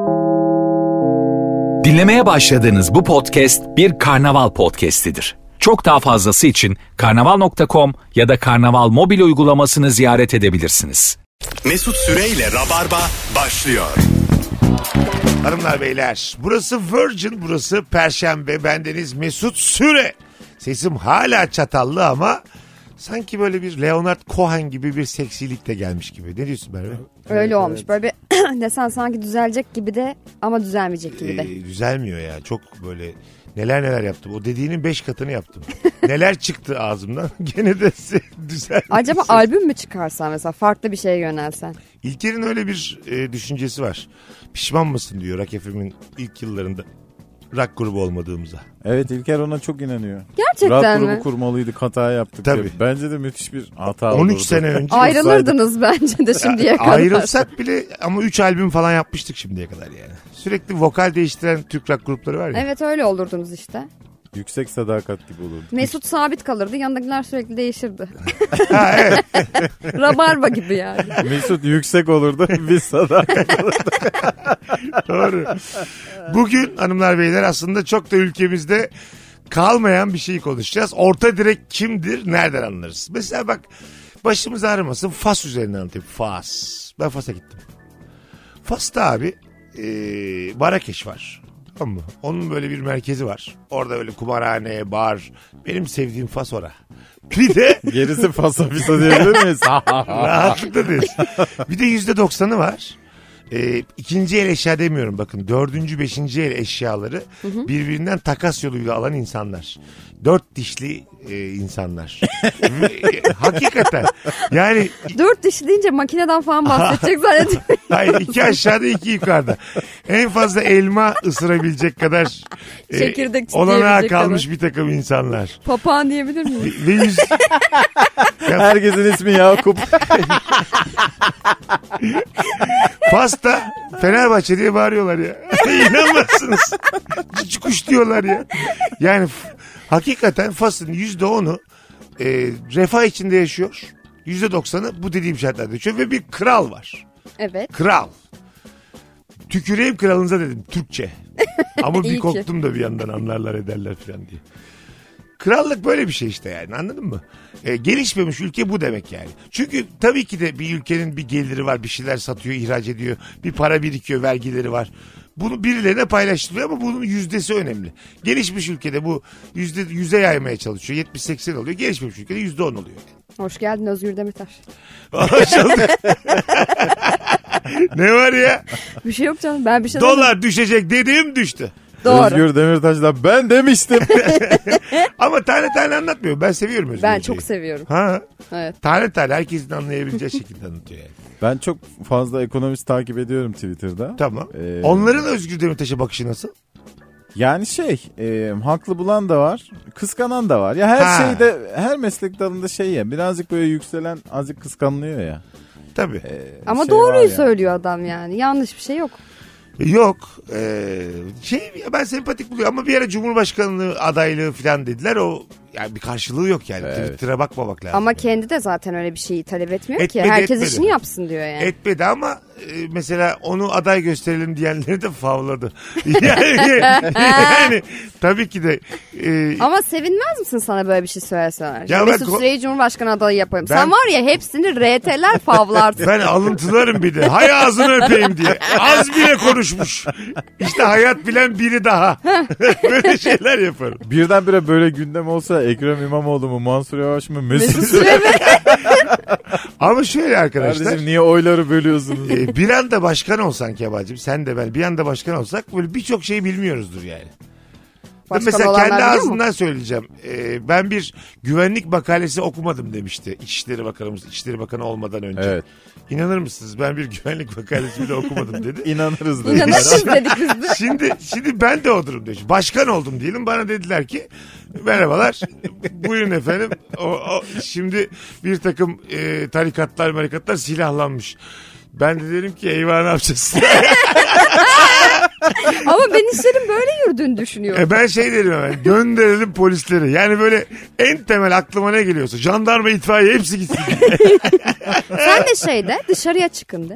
Dinlemeye başladığınız bu podcast bir karnaval podcastidir. Çok daha fazlası için karnaval.com ya da karnaval mobil uygulamasını ziyaret edebilirsiniz. Mesut Süreyle Rabarba başlıyor. Hanımlar beyler, burası Virgin, burası Perşembe. Bendeniz Mesut Süre. Sesim hala çatallı ama sanki böyle bir Leonard Cohen gibi bir seksilik de gelmiş gibi. Ne diyorsun Merve? Öyle olmuş. Evet. Böyle bir desen sanki düzelecek gibi de ama düzelmeyecek gibi de. Düzelmiyor ya. Çok böyle neler yaptım. O dediğinin 5 katını yaptım. Neler çıktı ağzımdan. Gene de düzelmedi. Acaba albüm mü çıkarsan mesela farklı bir şeye yönelsen? İlker'in öyle bir düşüncesi var. Pişman mısın diyor Rock FM'in ilk yıllarında. Rock grubu olmadığımıza. Evet, İlker ona çok inanıyor. Gerçekten mi? Rock grubu kurmalıydık, hata yaptık. Tabii. Bence de müthiş bir hata 13 olurdu. sene önce. Ayrılırdınız bence de şimdiye kadar. Ayrılsak bile ama 3 albüm falan yapmıştık şimdiye kadar yani. Sürekli vokal değiştiren Türk rock grupları var ya. Evet, öyle olurdunuz işte. Yüksek sadakat gibi olurdu. Mesut sabit kalırdı, yanındakiler sürekli değişirdi. Ha, evet. Rabarba gibi yani. Mesut yüksek olurdu, biz sadakat olurduk. Doğru. Bugün hanımlar beyler aslında çok da ülkemizde kalmayan bir şeyi konuşacağız. Orta direk kimdir, nereden anlarız? Mesela bak, başımız ağrımasın, Fas üzerinden anlatayım. Fas. Ben Fas'a gittim. Fas'ta abi Marrakeş var. Tamam mı? Onun böyle bir merkezi var. Orada öyle kumarhane, bar. Benim sevdiğim Fas ora. Bir de Gerisi fasafisa diyebilir miyiz? rahatlıkla değil. Bir de %90'ı var. İkinci el eşya demiyorum bakın. 4. 5. el eşyaları birbirinden takas yoluyla alan insanlar. 4 dişli insanlar. Hakikaten. Yani 4 dişi deyince makineden falan bahsedecek zannediyorum. hayır, 2 aşağıda 2 yukarıda. En fazla elma ısırabilecek kadar Çekirdek olanağa çitleyebilecek kalmış kadar. bir takım insanlar. Papağan diyebilir miyim? Ve Herkesin ismi Yakup. Fas'ta Fenerbahçe diye bağırıyorlar ya. İnanmazsınız. Cici kuş diyorlar ya. Yani hakikaten Fas'ın %10'u refah içinde yaşıyor. %90'ı bu dediğim şartlarda yaşıyor ve bir kral var. Evet. Kral. Tüküreyim kralınıza dedim Türkçe. Ama bir İyi ki. korktum da bir yandan anlarlar ederler falan diye. Krallık böyle bir şey işte yani, anladın mı? Gelişmemiş ülke bu demek yani. Çünkü tabii ki de bir ülkenin bir geliri var, bir şeyler satıyor, ihraç ediyor, bir para birikiyor, vergileri var. Bunu birilerine paylaştırıyor ama bunun yüzdesi önemli. Gelişmiş ülkede bu %100'e yaymaya çalışıyor. 70-80 oluyor. Gelişmemiş ülkede %10 oluyor. Hoş geldin Özgür Demirtaş. Ne var ya? Bir şey yok canım, ben bir şey Dolar düşecek dediğim düştü. Doğru. Özgür Demirtaş'la ben demiştim. Ama tane tane anlatmıyor. Ben seviyorum Özgür Ben Hoca'yı. çok seviyorum. Ha? Evet. Tane tane herkesin anlayabileceği şekilde anlatıyor yani. Ben çok fazla ekonomist takip ediyorum Twitter'da. Tamam. Onların Özgür Demirtaş'a bakışı nasıl? Yani haklı bulan da var, kıskanan da var. Ya her şeyde, her meslek dalında ya, birazcık böyle yükselen azıcık kıskanılıyor ya. Tabii. Ama var doğruyu ya. söylüyor adam yani. Yanlış bir şey yok. Yok. Ben sempatik buluyorum ama bir ara Cumhurbaşkanlığı adaylığı falan dediler. O yani bir karşılığı yok yani. Evet. Twitter'a bakmamak lazım. Ama yani. kendi de zaten öyle bir şeyi talep etmiyor Etmedi, ki. Herkes etmedi. işini yapsın diyor yani. Etmedi ama mesela onu aday gösterelim diyenleri de favladı. yani tabii ki de. Ama sevinmez misin sana böyle bir şey söyleseler? Ya Mesut ben- Süreyi Cumhurbaşkanı adayı yapayım. Ben- Sen var ya hepsini RT'ler favlarsın. Ben alıntılarım bir de. Hay ağzını öpeyim diye. Az bile konuşmuş. İşte hayat bilen biri daha. Böyle şeyler yaparım. Birdenbire böyle gündem olsa Ekrem İmamoğlu mu, Mansur Yavaş mı, Mesut Mesut Süre? Süre mi? Ama şöyle arkadaşlar. Kardeşim niye oyları bölüyorsunuz? Bir anda başkan olsan Kemal'cim, sen de ben bir anda başkan olsak böyle birçok şeyi bilmiyoruzdur yani. Başkan Mesela olanlar kendi biliyor mu? ağzından söyleyeceğim. Ben bir güvenlik makalesi okumadım demişti İçişleri Bakanımız, İçişleri Bakanı olmadan önce. Evet. İnanır mısınız? Ben bir güvenlik makalesi bile okumadım dedi. İnanırız da. İnanırsın dedik biz de. Şimdi ben de o durumdayım. Başkan oldum diyelim. Bana dediler ki merhabalar. Buyurun efendim. Şimdi bir takım tarikatlar silahlanmış. Ben de dedim ki eyvah, ne yapacağız? Ama ben işlerin böyle yürüdüğünü düşünüyorum. Ben derim hemen, gönderelim polisleri. Yani böyle en temel aklıma ne geliyorsa, jandarma, itfaiye hepsi gitsin. Sen de dışarıya çıkın de.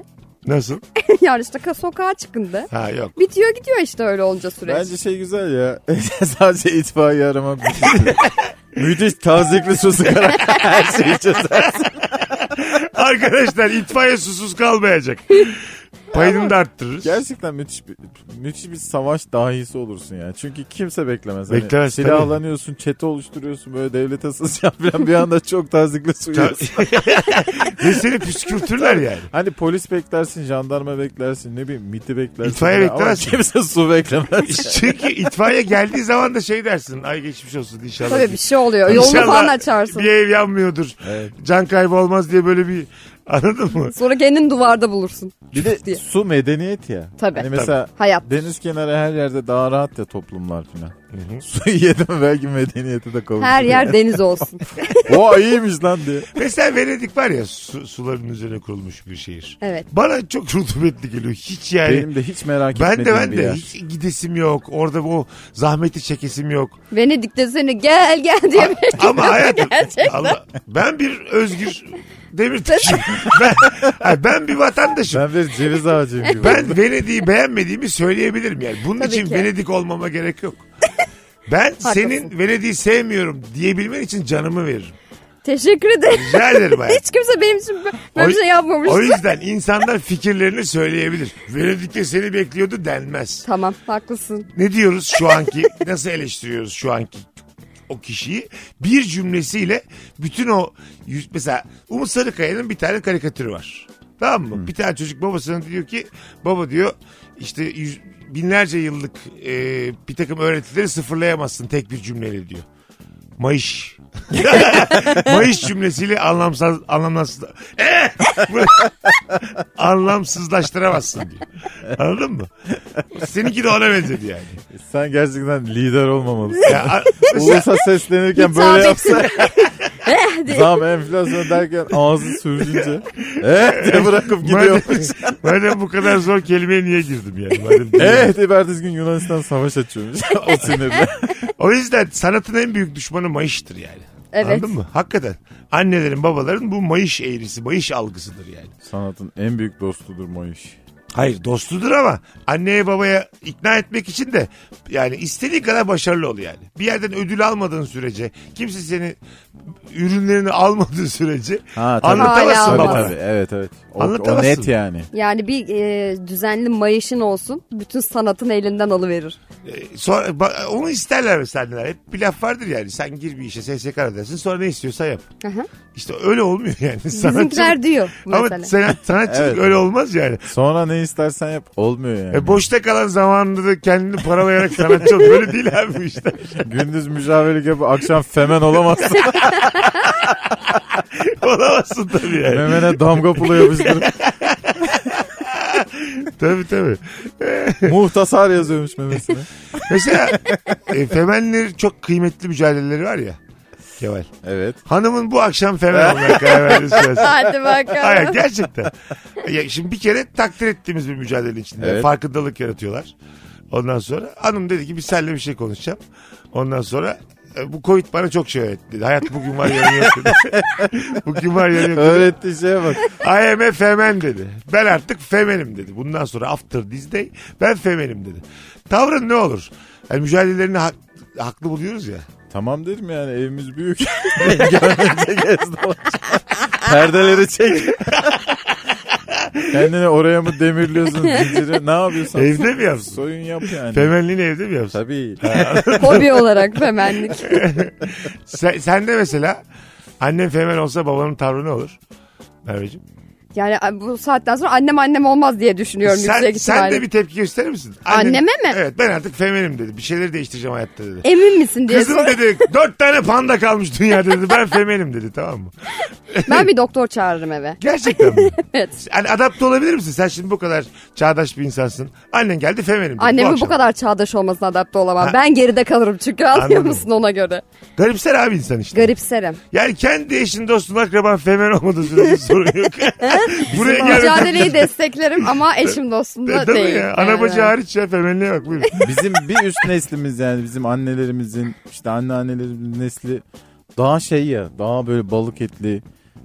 Nasıl? Yani işte sokağa çıkın de. Ha yok. Bitiyor gidiyor işte öyle olunca süreç. Bence şey güzel ya. Sadece itfaiye aramak müthiş. Müthiş tazikli su sıkarak her şeyi çözersin. Arkadaşlar itfaiye susuz kalmayacak. Payını da arttırırız. Gerçekten müthiş bir savaş dahisi olursun yani. Çünkü kimse beklemez. Beklemez, hani silahlanıyorsun, çete oluşturuyorsun, böyle devlete sızcan falan bir anda çok tazikli su yiyorsun. Ve seni püskürtürler yani. Hani polis beklersin, jandarma beklersin, ne bileyim MİT'i beklersin. İtfaiye falan. beklemezsin. Ama kimse su beklemez. Çünkü itfaiye geldiği zaman da şey dersin. Ay geçmiş olsun inşallah. Tabii bir şey oluyor. Yolunu İnşallah falan açarsın. bir ev yanmıyordur. Evet. Can kaybı olmaz diye böyle bir, anladın mı? Sonra kendini duvarda bulursun. Bir de diye. su medeniyet ya. Tabii. Hani mesela Hayat. deniz kenarı her yerde daha rahat ya toplumlar falan. Suyu yedim belki medeniyeti de kavuşur. Her yer deniz olsun. O iyiymiş lan diye. Mesela Venedik var ya, suların üzerine kurulmuş bir şehir. Evet. Bana çok rutubetli geliyor. Hiç yani. Benim de hiç merak Ben etmediğim bir de yer. hiç gidesim yok. Orada o zahmeti çekesim yok. Venedik'te seni gel diye bekliyorum. Ama hayatım Gerçekten. ben bir Özgür Demirtaş'ım. ben bir vatandaşım. Ben bir ceviz ağacıyım gibi. Ben Venedik'i beğenmediğimi söyleyebilirim yani. Bunun Tabii için ki. Venedik olmama gerek yok. Ben senin Venedik'i sevmiyorum diyebilmen için canımı veririm. Teşekkür ederim. Rica ederim hayatım. Hiç kimse benim için böyle bir şey yapmamış. O yüzden insanlar fikirlerini söyleyebilir. Venedik'te seni bekliyordu denmez. Tamam haklısın. Ne diyoruz şu anki, nasıl eleştiriyoruz şu anki o kişiyi? Bir cümlesiyle bütün o mesela Umut Sarıkaya'nın bir tane karikatürü var. Tamam mı? Bir tane çocuk babasına diyor ki, baba diyor işte binlerce yıllık bir takım öğretileri sıfırlayamazsın tek bir cümleyle diyor. Mayış. Mayış cümlesiyle anlamsızlaştıramazsın diyor. Anladın mı? Seninki de ona benzedi yani. Sen gerçekten lider olmamalısın. Ya, Ulusa seslenirken böyle yapsa. diye. Zam enflasyon derken ağzı sürünce. Diye bırakıp gidiyor. madem bu kadar zor kelimeye niye girdim yani? Madem diye ertesi gün Yunanistan savaş açıyormuş. O sinirle. O yüzden sanatın en büyük düşmanı mayıştır yani. Evet. Anladın mı? Hakikaten. Annelerin, babaların bu mayış eğrisi, mayış algısıdır yani. Sanatın en büyük dostudur Mayış. Hayır, dostudur ama anneye babaya ikna etmek için de yani istediği kadar başarılı ol yani. Bir yerden ödül almadığın sürece, kimse seni ürünlerini almadığı sürece anlatamazsın Hala babana. Tabii, evet. O Anlatamazsın. net yani. Yani bir düzenli mayışın olsun. Bütün sanatın elinden alıverir. Sonra onu isterler mesela anneler. Hep bir laf vardır yani. Sen gir bir işe SSK dersin, sonra ne istiyorsan yap. Hı-hı. İşte öyle olmuyor yani. Bizimkiler diyor mesela. Ama sanatçılık Evet. öyle olmaz yani. Sonra ne istersen yap olmuyor yani. Boşta kalan zamanında da kendini paralayarak sanatçı ol. Böyle değil abi bu işler. Gündüz müşavirlik yapıp akşam femen olamazsın. Olamazsın tabii yani. Memene damga pulu yapıştırıp Tabii. muhtasar yazıyormuş memesine. Mesela femenlerin çok kıymetli mücadeleleri var ya Kemal. Evet. Hanımın bu akşam femen olmaya karar verdiği sırası. Hadi bakalım. Hayır gerçekten. Ya şimdi bir kere takdir ettiğimiz bir mücadele içinde. Evet. Farkındalık yaratıyorlar. Ondan sonra hanım dedi ki biz seninle bir şey konuşacağım. Ondan sonra bu Covid bana çok şey öğretti dedi. Hayat bugün var yarın yok dedi. Bugün var yarın yok dedi. Öğrettiği şeye bak. I am a femen dedi. Ben artık femenim dedi. Bundan sonra after this day ben femenim dedi. Tavrın ne olur? Yani mücadelelerini haklı buluyoruz ya. Tamam dedim yani evimiz büyük. Gönlünce gez dolaş. Perdeleri çek. Kendini oraya mı demirliyorsun zinciri? Ne yapıyorsun? Evde mi yapsın? Soyun yap yani. Femenliğini evde mi yapsın? Tabii. Hobi olarak femenlik. Sen de mesela annen femen olsa babanın tavrı ne olur? Merveciğim. Yani bu saatten sonra annem olmaz diye düşünüyorum yüksek Sen ihtimalle. de bir tepki gösterir misin? Anneme mi? Evet, ben artık femenim dedi. Bir şeyleri değiştireceğim hayatta dedi. Emin misin diye Kızım sor. dedi 4 tane panda kalmış dünyada dedi. Ben femenim dedi, tamam mı? Ben bir doktor çağırırım eve. Gerçekten mi? Evet. Yani adapte olabilir misin? Sen şimdi bu kadar çağdaş bir insansın. Annen geldi femenim dedi. Annemin bu akşam. kadar çağdaş olmasına adapte olamam. Ha. Ben geride kalırım çünkü anlıyor Anladım. musun ona göre? Garipser abi insan işte. Garipserim. Yani kendi eşin, dostun, akraban femen olmadığı sürece sorun yok. Buraya gelmeden... Mücadeleyi desteklerim ama eşim dostum da Tabii değil. ya. Ana bacı hariç ya, femenliğe bak buyurun. Bizim bir üst neslimiz yani bizim annelerimizin işte anneannelerimizin nesli daha şey ya daha böyle balık etli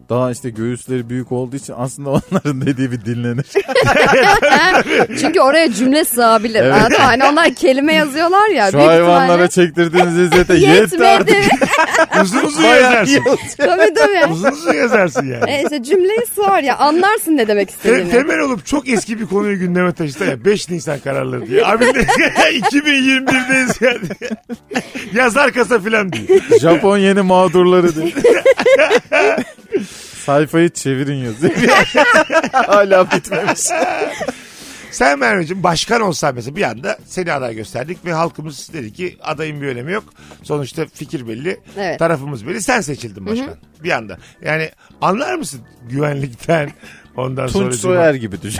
Daha işte göğüsleri büyük olduğu için aslında onların dediği bir dinlenir. Çünkü oraya cümle sığabilir. Evet. Anladın mı? Hani onlar kelime yazıyorlar ya. Şu büyük hayvanlara ihtimalle- çektirdiğiniz izzete yetti artık. Yetmedi. Uzun uzun yazarsın. Tabii. Uzun uzun yazarsın yani. İşte cümleyi sığar ya. Anlarsın ne demek istediğini. Temel olup çok eski bir konuyu gündeme taşısa ya 5 Nisan kararları diye. Abi de 2021'deyiz yani. Yazar kasa filan diyor. Japon yeni mağdurları diye. Sayfayı çevirin yazıyor. Hala bitmemiş. Sen Merveciğim başkan olsan mesela bir anda seni aday gösterdik ve halkımız dedi ki adayın bir önemi yok. Sonuçta fikir belli, Evet. tarafımız belli. Sen seçildin başkan bir anda. Yani anlar mısın güvenlikten ondan sonra? Tunç Soyer gibi düşün.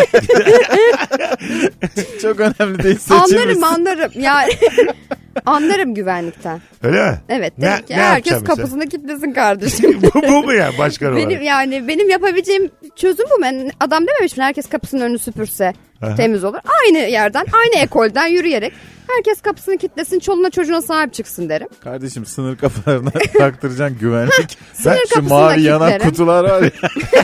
Çok önemli değil seçilmesi. Anlarım. Yani anlarım güvenlikten. Öyle mi? Evet. Ne- Derim ki ne herkes yapacaksın mesela? kapısını kilitlesin kardeşim. bu mu ya başkan olarak? Benim yapabileceğim çözüm bu. Ben adam dememiş mi? Herkes kapısının önünü süpürse Aha. temiz olur. Aynı yerden, aynı ekolden yürüyerek herkes kapısını kilitlesin, çoluğuna çocuğuna sahip çıksın derim. Kardeşim sınır kapılarına taktıracaksın güvenlik. Sınır Şu kapısında mavi yanan kilitlerim. kutular var ya.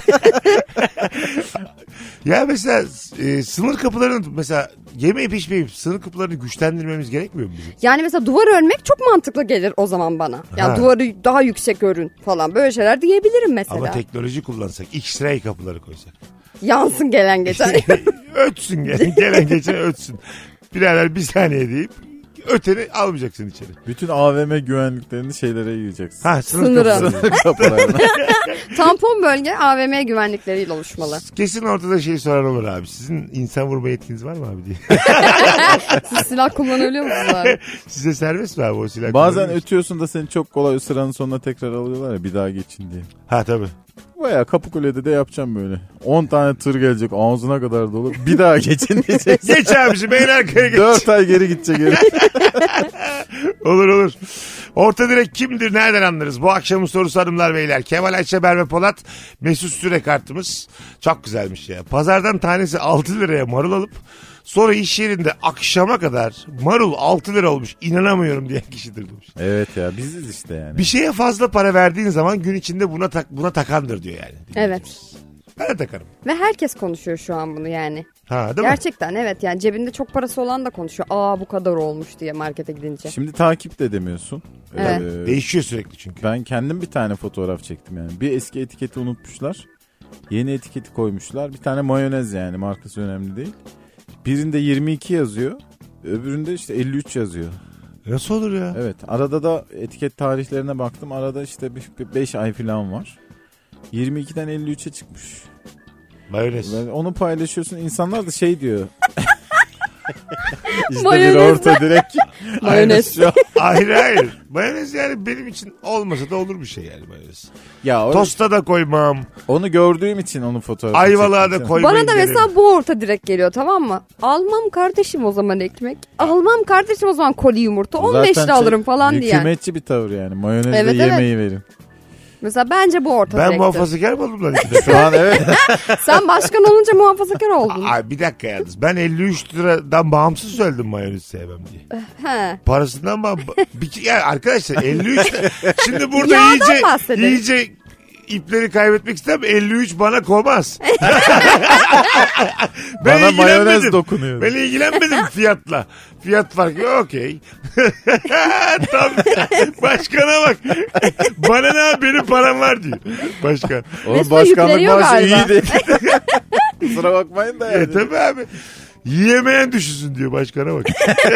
Ya mesela sınır kapılarını mesela yemeyip içmeyip sınır kapılarını güçlendirmemiz gerekmiyor mu bizim? Yani mesela duvar örmek çok mantıklı gelir o zaman bana. Yani Ha. duvarı daha yüksek örün falan. Böyle şeyler diyebilirim mesela. Ama teknoloji kullansak X-ray kapıları koysak. Yansın gelen geçen. Ötsün gelen geçen ötsün. Birader bir saniye deyip öteni almayacaksın içeri. Bütün AVM güvenliklerini şeylere yiyeceksin. Ha Sınıra. kapısı. Sınır kapılarına. Tampon bölge AVM güvenlikleriyle oluşmalı. Kesin ortada şey soran olur abi. Sizin insan vurma yetkiniz var mı abi diye. Siz silah kullanabiliyor musunuz abi? Size serbest mi abi o silah? Bazen kullanıyor musun? ötüyorsun da seni çok kolay sıranın sonuna tekrar alıyorlar ya bir daha geçin diye. Ha tabii. Baya Kapıkule'de de yapacağım böyle. 10 tane tır gelecek ağzına kadar dolu. Bir daha geçin diyeceksin. Geç abiciğim en arkaya geç. 4 ay geri gidecek geri. Olur. Orta direk kimdir nereden anlarız? Bu akşamın sorusu hanımlar beyler. Kemal Ayça, Merve Polat, Mesut Süre kartımız. Çok güzelmiş ya. Pazardan tanesi 6 liraya marul alıp sonra iş yerinde akşama kadar marul 6 lira olmuş inanamıyorum diyen kişidir demiş. Evet ya biziz işte yani. Bir şeye fazla para verdiğin zaman gün içinde buna takandır diyor yani. Evet. Ben de takarım. Ve herkes konuşuyor şu an bunu yani. Ha değil mi? Gerçekten evet yani cebinde çok parası olan da konuşuyor. Aa bu kadar olmuş diye markete gidince. Şimdi takip de edemiyorsun. Evet. Değişiyor sürekli çünkü. Ben kendim bir tane fotoğraf çektim yani. Bir eski etiketi unutmuşlar. Yeni etiketi koymuşlar. Bir tane mayonez yani markası önemli değil. Birinde 22 yazıyor. Öbüründe işte 53 yazıyor. Nasıl olur ya? Evet. Arada da etiket tarihlerine baktım. Arada işte 5 ay falan var. 22'den 53'e çıkmış. Mayonez. Yani onu paylaşıyorsun. İnsanlar da şey diyor. İşte bir Mayonez. orta direkt. Mayonez. Şu an- Hayır. Mayonez yani benim için olmasa da olur bir şey yani mayonez. Ya Tosta da koymam. onu gördüğüm için onu fotoğrafı Ayvalığa çektim. da koymayı Bana da denerim. mesela bu orta direkt geliyor tamam mı? Almam kardeşim o zaman ekmek. Almam kardeşim o zaman koli yumurta. 15 Zaten lira alırım falan diye. hükümetçi bir tavır yani. Mayonezle Evet, yemeği verin. Mesela bence bu orta Ben direktir. muhafazakar mı oldum lan ikide? Şu an evet. Sen başkan olunca muhafazakar oldun. Aa, bir dakika yalnız. Ben 53 liradan bağımsız söyledim mayonez sevmem diye. He. Parasından ya arkadaşlar 53 şimdi burada Yağdan bahsedelim. iyice ipleri kaybetmek istemem. 53 bana komaz. Bana ilgilenmedim. mayonez dokunuyor. Ben ilgilenmedim fiyatla. Fiyat farkı okey. Tam başkana bak. Bana ne benim param var diyor. Başkan. Oğlum Mesut başkanlık yükleniyor maaşı galiba. iyiydi. Kusura bakmayın da yani. Tabii abi. Yiyemeyen düşünsün diyor başkana bak.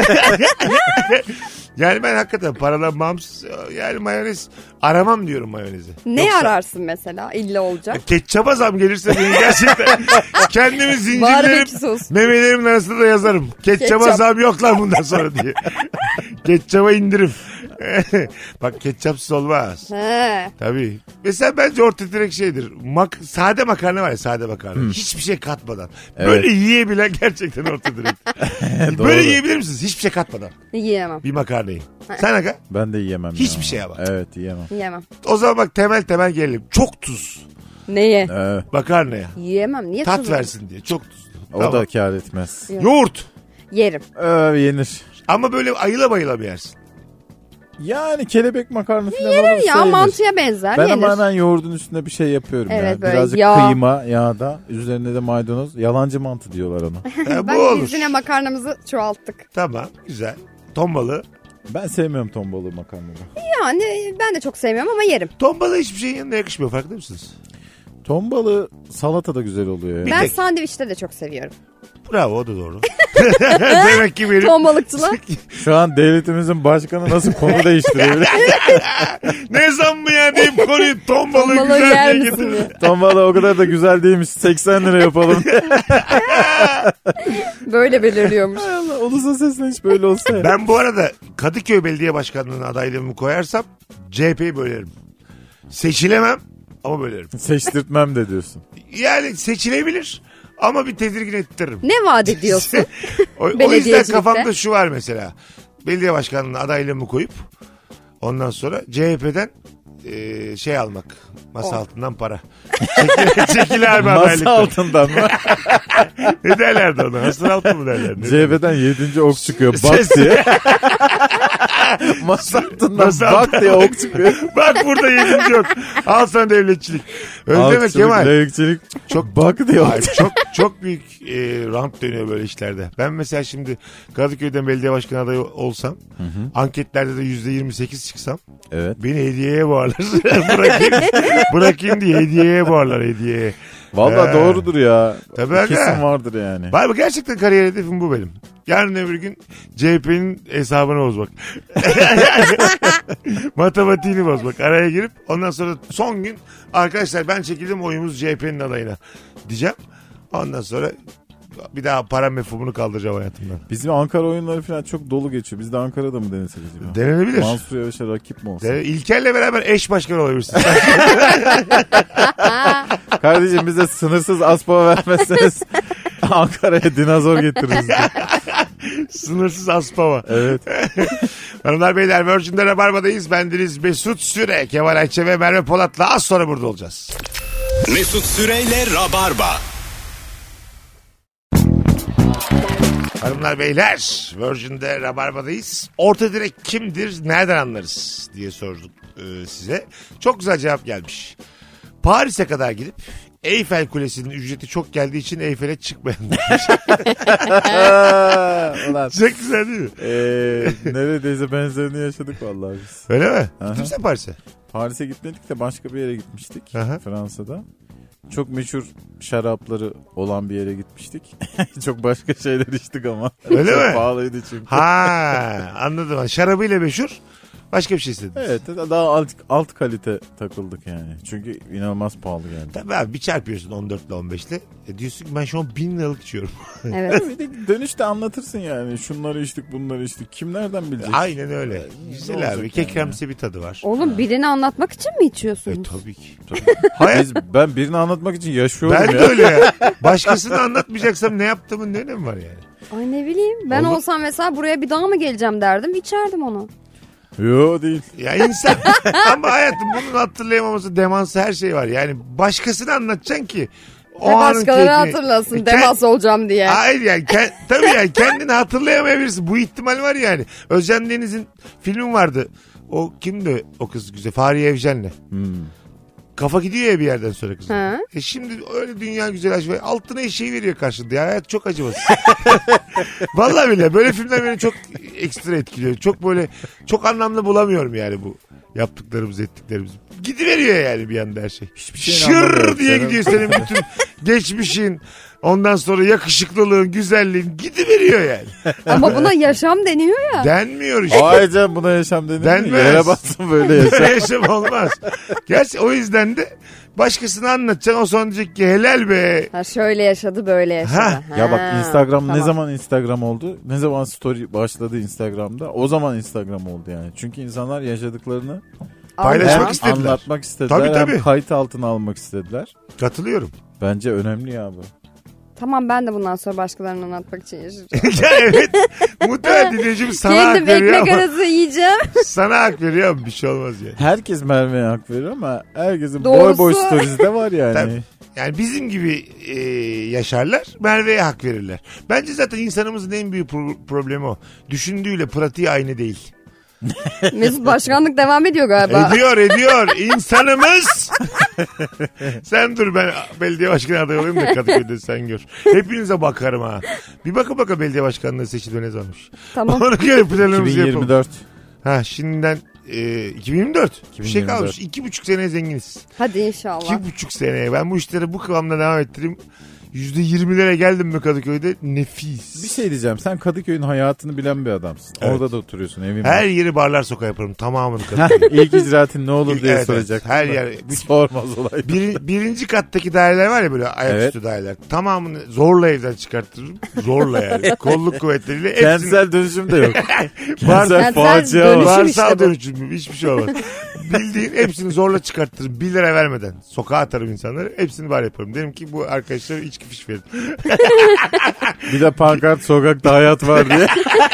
Yani ben hakikaten paradan bağımsız yani mayonez aramam diyorum mayonezi. Ne Yoksa- ararsın mesela illa olacak. Ketçaba zam gelirse benim gerçekten kendimi zincirlerim Barbekü sos. memelerimin arasında da yazarım. Ketçaba Ketçap. zam yok lan bundan sonra diye. Ketçaba indirim. Bak ketçapsız olmaz. He. Tabii. Mesela bence orta direkt şeydir. Sade makarna var ya sade makarna. Hiçbir şey katmadan. Evet. Böyle yiyebilen gerçekten orta direkt. Doğru. Böyle yiyebilir misiniz? Hiçbir şey katmadan. Yiyemem. Bir makarnayı. Sen aga? Ben de yiyemem. Hiçbir ya. şey ama. Evet yiyemem. Yiyemem. O zaman bak temel gelelim. Çok tuz. Neye? Evet. Makarnaya. Yiyemem. Niye Tat tuzlu? versin diye. Çok tuzlu. O Tamam. da kâr etmez. Yoğurt. Yerim. Yenir. Ama böyle ayıla bayıla bir yersin. Yani kelebek makarna falan Yenir olur ya, sayılır. mantıya benzer. Ben yenir. ama hemen yoğurdun üstüne bir şey yapıyorum. Evet, yani. böyle Birazcık yağ. kıyma yağda. Üzerine de maydanoz. Yalancı mantı diyorlar ona. Bu Bak olur. biz yine makarnamızı çoğalttık. Tamam güzel. Ton balığı. Ben sevmiyorum ton balığı makarnayı. Yani ben de çok sevmiyorum ama yerim. Ton balığı hiçbir şeyin yanında yakışmıyor, farkında mısınız? Ton balığı salata da güzel oluyor. Yani. Bir Ben tek- sandviçte de çok seviyorum. Bravo, o da doğru. Demek ki benim... Ton balıkçılar. Şu an devletimizin başkanı nasıl konu değiştiriyor? Ne zammı ya deyip konuyu ton balığı Ton balığı güzel yer diye misin getirdin. diye. Ton balığı o kadar da güzel değilmiş. 80 lira yapalım. Böyle belirliyormuş. Allah, ulusa sesle hiç böyle olsa ya. Ben bu arada Kadıköy Belediye Başkanlığı'na adaylığımı koyarsam CHP'yi bölerim. Seçilemem ama bölerim. Seçtirtmem de diyorsun. Yani seçilebilir ama bir tedirgin ettiririm. Ne vaat ediyorsun? O yüzden Belediyecilikte. kafamda şu var mesela. Belediye başkanlığına adaylığımı koyup ondan sonra CHP'den şey almak. Masa altından para. Çekil abi Masa adaylıktan. altından mı? Ne derlerdi ona? Hasır altı mı derler? Ne derler? CHP'den 7. ok çıkıyor. Bak diye. Masa altından Masa bak altından diye ok çıkıyor. Bak burada 7. yok. Al sana devletçilik. Öyle deme Halkçılık, Kemal. layıkçılık. Çok Bak diyor. Ay, çok büyük rant dönüyor böyle işlerde. Ben mesela şimdi Kadıköy'den belediye başkanı adayı olsam, anketlerde de %28 çıksam, Evet. beni hediyeye boğarlar. bırakayım diye hediyeye boğarlar, hediyeye. Valla Ha. doğrudur ya. Tabii aga. Kesin vardır yani. Var mı, gerçekten kariyer hedefim bu benim. Yarın öbür gün CHP'nin hesabını bozmak. Matematiğini bozmak. Araya girip ondan sonra son gün arkadaşlar ben çekildim, oyumuz CHP'nin adayına diyeceğim. Ondan sonra bir daha para mefhumunu kaldıracağım hayatımdan. Bizim Ankara oyunları falan çok dolu geçiyor. Biz de Ankara'da mı denesek acaba? Denenebilir. Mansur Yavaş'a rakip mi olsa? İlker'le beraber eş başkan olabilirsin. Kardeşim bize sınırsız aspa vermezseniz Ankara'ya dinozor getiririz. Sınırsız aspava. Evet. Hanımlar beyler, Virgin'de Rabarba'dayız. Bendeniz Mesut Süre, Kemal Ayça ve Merve Polat'la az sonra burada olacağız. Mesut Süreyle Rabarba. Hanımlar beyler, Virgin'de Rabarba'dayız. Orta direk kimdir, nereden anlarız diye sorduk size. Çok güzel cevap gelmiş. Paris'e kadar gidip Eyfel Kulesi'nin ücreti çok geldiği için Eyfel'e çıkmayan. Ulan. Çok güzel değil mi? Neredeyse benzerini yaşadık vallahi biz. Öyle mi? Aha. Gittin sen Paris'e? Paris'e gitmedik de başka bir yere gitmiştik. Aha. Fransa'da. Çok meşhur şarapları olan bir yere gitmiştik. Çok başka şeyler içtik ama. Öyle Çok mi? pahalıydı çünkü. Ha, anladım. Şarabıyla meşhur. Başka bir şey istedin. Evet, daha alt kalite takıldık yani. Çünkü inanılmaz pahalı yani. Tabii abi, bir çarpıyorsun 14 ile 15 ile. Diyorsun ki ben şu an 1000 liralık içiyorum. Evet. Bir de dönüşte anlatırsın yani. Şunları içtik, bunları içtik. Kim nereden bilecek? Aynen öyle. Ne Güzel olacak abi. yani? Kekremsi bir tadı var. Oğlum birini anlatmak için mi içiyorsunuz? Tabii ki. Biz, ben birini anlatmak için yaşıyorum Ben ya. de öyle ya. Başkasını anlatmayacaksam ne yaptığımın ne önemi var yani? Ay ne bileyim. Ben Oğlum- olsam mesela buraya bir daha mı geleceğim derdim. İçerdim onu. Yo değil. Ya insan ama hayatım bunun hatırlayamaması, demansı, her şey var. Yani başkasını anlatacaksın ki o Ve anın başkaları keyfini- hatırlasın. Kend- Demas olacağım diye. Hayır yani tabii yani kendini hatırlayamayabilirsin. Bu ihtimal var yani. Özcan Deniz'in filmi vardı. O kimdi o kız güzel? Fahriye Evcen'le. Kafa gidiyor ya bir yerden sonra kızın. Ha. Şimdi öyle dünya güzel aşk var. Altına eşeği veriyor karşında. Ya hayat çok acımasız. Vallahi billahi böyle filmler beni çok ekstra etkiliyor. Çok böyle çok anlamlı bulamıyorum yani bu yaptıklarımız, ettiklerimiz. Gidiveriyor yani bir anda her şey. Hiçbir şeyini anlamıyorum. Şır diye gidiyor senin bütün geçmişin. Ondan sonra yakışıklılığın, güzelliğin gidiveriyor yani. Ama buna yaşam deniyor ya. Denmiyor işte. Vay canım, buna yaşam denir mi? Denmez. Yere bassın böyle yaşam. Yaşam olmaz. Gerçi o yüzden de başkasına anlatacaksın. O sonra diyecek ki helal be. Ha şöyle yaşadı böyle yaşadı. Ha. Ya bak, Ha, Instagram ne tamam. zaman Instagram oldu? Ne zaman story başladı Instagram'da? O zaman Instagram oldu yani. Çünkü insanlar yaşadıklarını Paylaşmak Anladım. istediler. anlatmak istediler. Tabii, tabii. Hem kayıt altına almak istediler. Katılıyorum. Bence önemli ya bu. Tamam, ben de bundan sonra başkalarını anlatmak için yaşayacağım. Ya evet. Muhtemelen dinleyicimiz sana hak Kendim veriyor ekmek ama arası yiyeceğim. sana hak veriyor ama bir şey olmaz yani. Herkes Merve'ye hak veriyor ama herkesin Doğrusu- boy storiesi de var yani. Tabii. Yani bizim gibi yaşarlar, Merve'ye hak verirler. Bence zaten insanımızın en büyük problemi o. Düşündüğüyle pratiği aynı değil. Mesut başkanlık devam ediyor galiba. Ediyor. İnsanımız. Sen dur, ben belediye başkanı adayı olayım da Kadıköy'de sen gör. Hepinize bakarım ha. Bir bakın belediye başkanlığı seçilme ne zamanmış. Tamam. Ona göre planlarımızı yapalım. 2024. Ha, şimdiden 2024. Bir şey 2024. kalmış. 2,5 seneye zenginiz. Hadi inşallah. 2,5 seneye. Ben bu işleri bu kıvamda devam ettireyim. %20'lere geldim mi Kadıköy'de? Nefis. Bir şey diyeceğim. Sen Kadıköy'ün hayatını bilen bir adamsın. Evet. Orada da oturuyorsun evin. Her yeri barlar sokağı yaparım. Tamamını Kadıköy. İlk icraatın ne olur diye Evet, soracak. evet. Her yer. Sormaz olay. Birinci kattaki daireler var ya, böyle ayaküstü daireler. Tamamını zorla evden çıkarttırırım. Zorla yani. Kolluk kuvvetleriyle. Hepsini... Kentsel dönüşüm de yok. Varsal Kentsel facia dönüşüm var. işte Varsal bu. dönüşüm. Hiçbir şey olmaz. Bildiğin hepsini zorla çıkarttırırım. 1 lira vermeden. Sokağa atarım insanları. Hepsini var yaparım. Derim ki bu arkadaşlar içki fiş verin. Bir de pankart sokakta hayat var diye.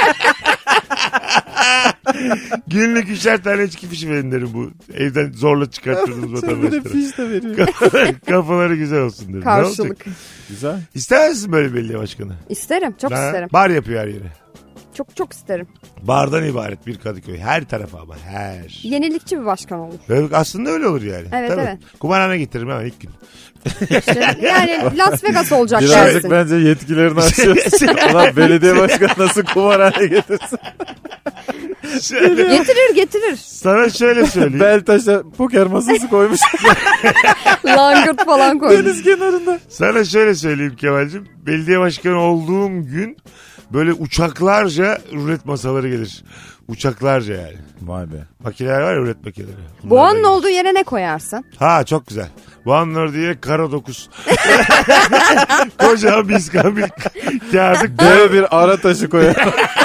Günlük 3'er tane içki fişi verin derim bu. Evden zorla çıkarttırdığınız Sen bir de vatandaşlara. fiş de veriyor. Kafaları güzel olsun derim. Ne Karşılık. olacak? Güzel. İster misin böyle belediye başkanı? İsterim. Çok Ha? isterim. Bar yapıyor her yere. Çok isterim. Bardan ibaret bir Kadıköy. Her tarafa ama her. Yenilikçi bir başkan olur. Aslında öyle olur yani. Evet, Tabii. evet. Kumarhane getiririm hemen ilk gün. İşte, yani Las Vegas olacak Birazcık dersin. bence yetkilerini aşıyorsun. Ulan belediye başkanı nasıl kumarhane getirsin? Şöyle, Getirir. sana şöyle söyleyeyim. Beltaş'a poker masası koymuş. Langırt falan koymuş. Deniz kenarında. Sana şöyle söyleyeyim Kemal'cim. Belediye başkanı olduğum gün böyle uçaklarca rulet masaları gelir. Uçaklarca yani. Vay be. Makineler var ya, rulet makineleri. Boğanın olduğu yere ne koyarsın? Ha, çok güzel. Boğanlar diye kara 9. Koca biskan bir kağıdı. Dev bir ara taşı koyar.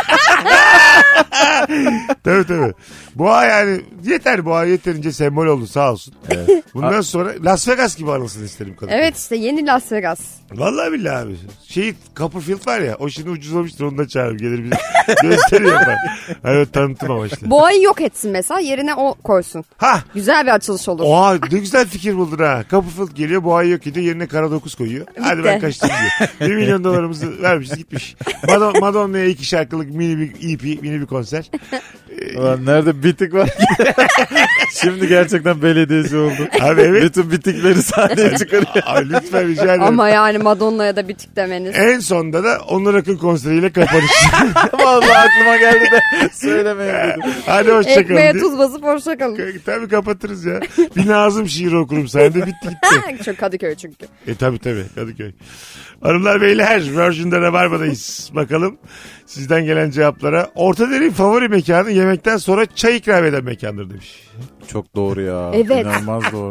Tabii. Boğa yani yeter, boğa yeterince sembol oldu sağ olsun. Evet. Bundan sonra Las Vegas gibi anılsın isterim kadın. Evet işte yeni Las Vegas. Vallahi billahi abi. Copperfield var ya, o şimdi ucuzlamıştır, onu da çağırır gelir bize gösteri yapar. Hani tanıtım amaçlı. Boğayı yok etsin mesela, yerine o koysun. Ha! Güzel bir açılış olur. Oha, ne güzel fikir buldun ha. Copperfield geliyor, boğayı yok ediyor, yerine kara 9 koyuyor. Hadi ben kaçtım diyor. $1 milyon dolarımızı vermişiz gitmiş. Madonna'ya 2 şarkılık mini bir EP, mini bir konser. Ulan nerede bitik var ki? Şimdi gerçekten belediyeci oldu. Abi evet. Bütün bitikleri sahneye çıkarıyor. Abi lütfen rica ederim. Ama yani Madonna'ya da bitik demeniz. En sonda da Onur Akın konseriyle kapanış. Vallahi aklıma geldi de söylemeyin dedim. Hadi hoşçakalın. Ekmeğe tuz basıp hoşça kalın. Tabii kapatırız ya. Bir Nazım şiiri okurum sahnede, bitti gitti. Çok Kadıköy çünkü. Tabii Kadıköy. Hanımlar beyler, Virgin'de Rabarba'dayız. Bakalım sizden gelen cevaplara. Ortadere'nin favori mekanı yemekten sonra çay ikram eden mekandır demiş. Çok doğru ya. Evet. İnanılmaz doğru.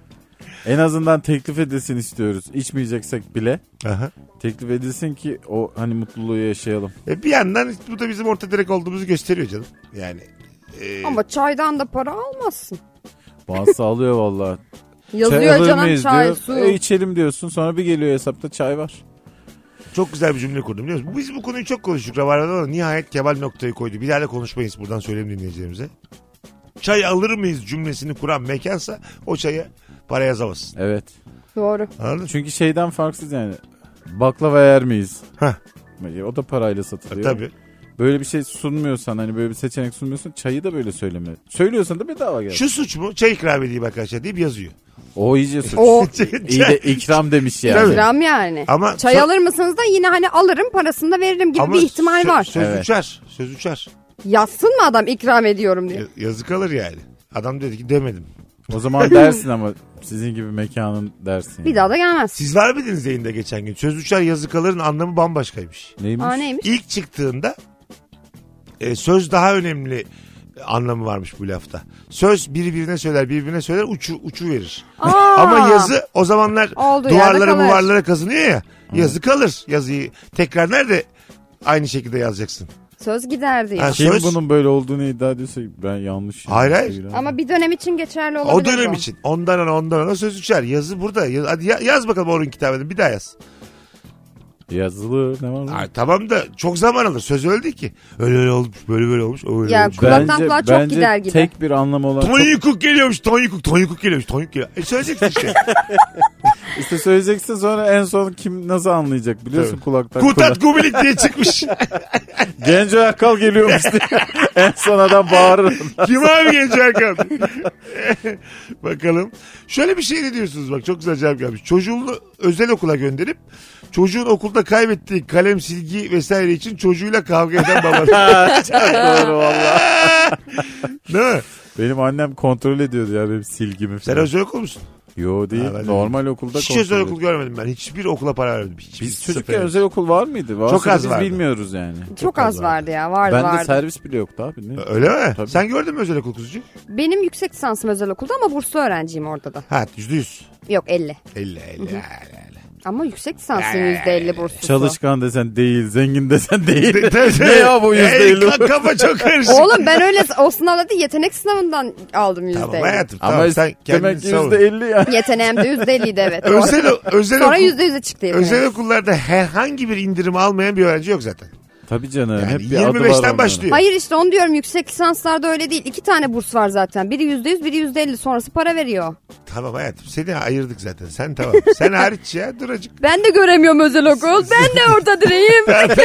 En azından teklif edilsin istiyoruz. İçmeyeceksek bile Aha. teklif edilsin ki o hani mutluluğu yaşayalım. Bir yandan bu da bizim Ortaderek olduğumuzu gösteriyor canım. Yani. Ama çaydan da para almazsın. Bazısı alıyor vallahi. Çay Yazıyor alır canım mıyız çay, diyor. su. İçelim diyorsun, sonra bir geliyor hesapta çay var. Çok güzel bir cümle kurdum biliyor musun? Biz bu konuyu çok konuştuk Rabarba'da ama nihayet Kemal noktayı koydu. Bir daha da konuşmayız, buradan söyleyeyim dinleyicilerimize. Çay alır mıyız cümlesini kuran mekansa o çaya para yazamazsın. Evet. Doğru. Anladın mı? Çünkü şeyden farksız yani. Baklava yer miyiz? Hah. O da parayla satılıyor. Tabii. Böyle bir şey sunmuyorsan, hani böyle bir seçenek sunmuyorsan, çayı da böyle söyleme. Söylüyorsan da bedava gel. Şu suç mu? Çay ikram edeyim arkadaşlar deyip yazıyor. O iyice suç. O İyi de ikram demiş yani. Tabii. ikram yani. Ama Çay alır mısınız da yine hani alırım parasını da veririm gibi bir ihtimal var. Söz Evet. uçar. Söz uçar. Yazsın mı adam ikram ediyorum diye. Yazık alır yani. Adam dedi ki demedim. O zaman dersin ama sizin gibi mekanın dersin. Bir daha da gelmez. Siz var mıydınız yayında geçen gün? Söz uçar yazık alırın anlamı bambaşkaymış. Neymiş? Aa neymiş? İlk çıktığında söz daha önemli anlamı varmış bu lafta. Söz birbirine söyler uçu verir. Aa, Ama yazı o zamanlar olduğu yerde duvarlara kalır. muvarlara kazınıyor ya. Yazı kalır. Yazıyı tekrar nerede aynı şekilde yazacaksın? Söz gider diye. Ha, Kim söz- bunun böyle olduğunu iddia ediyorsa ben yanlış. Hayır. Ama bir dönem için geçerli olabilir. O dönem için. Ondan ona söz uçar. Yazı burada. Hadi yaz bakalım Orhun kitabını. Bir daha yaz. Yazılı ne var? Ay, tamam da çok zaman alır. Söz öyle değil ki. Öyle olmuş, böyle olmuş. Öyle Ya olmuş. kulaktan kulağa çok gider gibi. Tek bir anlamı olan. Tony Cook geliyormuş. Tony Cook geliyormuş. Söyleyeceksin işte. İşte söyleyeceksin, sonra en son kim nasıl anlayacak biliyorsun, Tabii. kulaktan Kutat Gumilik diye çıkmış. Genco Erkal geliyormuş diye. En son adam bağırır. Kim abi Genç Erkan? Bakalım. Şöyle bir şey ne diyorsunuz, bak çok güzel cevap gelmiş. Çocuğunu özel okula gönderip çocuğun okulda kaybettiği kalem, silgi vesaire için çocuğuyla kavga eden babalar. Çok doğru valla. Değil mi? Benim annem kontrol ediyordu ya benim silgimi Sen falan. özel okul musun? Yo değil. Ha, Normal okulda hiç kontrol özel okul ediyor. görmedim ben. Hiçbir okula para vermedim. Biz çocukken özel okul var mıydı? Varsa Çok az biz vardı. bilmiyoruz yani. Çok az vardı ya. Vardı. Bende servis bile yoktu abi. Ne? Öyle mi? Tabii. Sen gördün mü özel okul kuzucuğum? Benim yüksek lisansım özel okulda ama burslu öğrenciyim orada da. Ha %100. Yok 50. 50. Ama yüksek lisansın %50 burslusu. Çalışkan desen değil, zengin desen değil. Ne Ne ya bu %50? Kafa çok karışık. Oğlum ben öyle o sınavda değil, yetenek sınavından aldım %50. Tamam hayatım. Ama Tamam, sen kendini demek ki savun. %50 ya. Yeteneğim de %50'ydi evet. Özel Sonra okul, %100'e çıktı yeteneğim. özel okullarda herhangi bir indirim almayan bir öğrenci yok zaten. Tabii canım. Yani hep bir adı var 25'ten onların. başlıyor. Hayır işte onu diyorum, yüksek lisanslarda öyle değil. 2 tane burs var zaten. Biri %100, biri %50, sonrası para veriyor. Tamam hayatım, seni ayırdık zaten. Sen tamam. Sen hariç ya, dur acık. Ben de göremiyorum özel okul. Ben de orta direğim.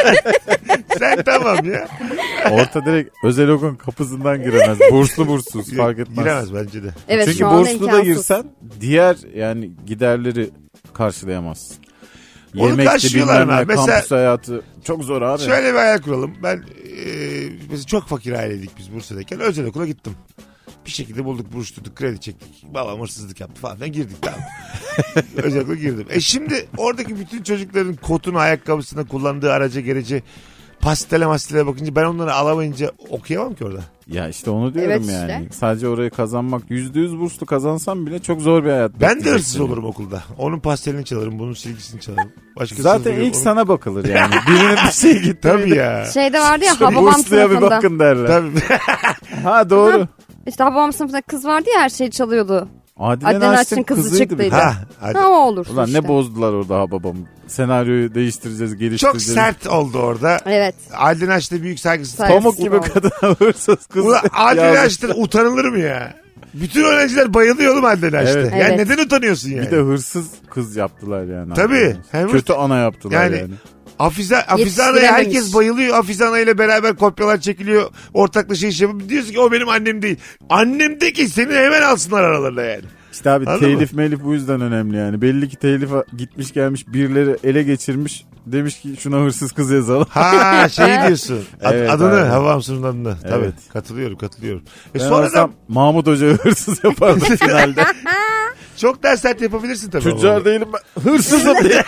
Sen tamam ya. Orta direkt özel okulun kapısından giremez. Burslu burssuz fark etmez. Giremez bence de. Evet Çünkü şu an burslu da imkansız. girsen diğer yani giderleri karşılayamazsın. Onu Yemekti karşılıyorlar bilmem mı? ne, Mesela- kampüs hayatı çok zor abi. Şöyle bir hayal kuralım. Ben mesela çok fakir aileydik biz Bursa'dayken. Özel okula gittim. Bir şekilde bulduk, buruşturduk, kredi çektik. Babam hırsızlık yaptı falan. Girdik tamam. Özel okula girdim. Şimdi oradaki bütün çocukların kotunu, ayakkabısını, kullandığı araca, gerece, pastele bakınca ben onları alamayınca okuyamam ki orada. Ya işte onu diyorum Evet yani. işte. Sadece orayı kazanmak, %100 burslu kazansam bile çok zor bir hayat. Ben de bekleyecek hırsız seni. olurum okulda. Onun pastelini çalarım, bunun silgisini çalarım. Başkası Zaten ilk sana bakılır yani. Birinin bir şey gitti. Tabii ya. Şeyde vardı ya Hababam Bursluya bir sınıfında. bakın derler. Tabii. Ha doğru. İşte Hababam sınıfında kız vardı ya, her şeyi çalıyordu. Adile Adile Naşit'in Naşit'in kızı kızıydı bir çıktıydı. de. Ha, hadi. Ha o olur Ulan işte. ne bozdular orada ha babam. Senaryoyu değiştireceğiz, Çok geliştireceğiz. sert oldu orada. Evet. Adile Naşit'e büyük saygısız. Saygısız. Pamuk gibi oldu. kadın hırsız kız. Ulan Adile yazmış. Naşit'e utanılır mı ya? Bütün öğrenciler bayılıyor oğlum Adile Naşit'e. Evet. Yani Evet. neden utanıyorsun yani? Bir de hırsız kız yaptılar yani. Tabii. Hem Kötü ana yaptılar Yani- yani. Hafize Ana'ya Yetiştirememiş. herkes bayılıyor. Hafize Ana ile beraber kopyalar çekiliyor. Ortaklaşa iş yapıp diyorsun ki o benim annem değil. Annem de ki seni hemen alsınlar aralarına yani. İşte abi Anladın telif melif bu yüzden önemli yani. Belli ki telif gitmiş gelmiş, birileri ele geçirmiş. Demiş ki şuna hırsız kız yazalım. Ha şey diyorsun. Evet, adını abi. Hava Hamsun'un adını. Tabii Evet. katılıyorum. Ben Sonradan olsam Mahmut Hoca'yı hırsız yapardım finalde. çok daha sert yapabilirsin tabii. Tüccar ama. değilim ben. Hırsızım diye.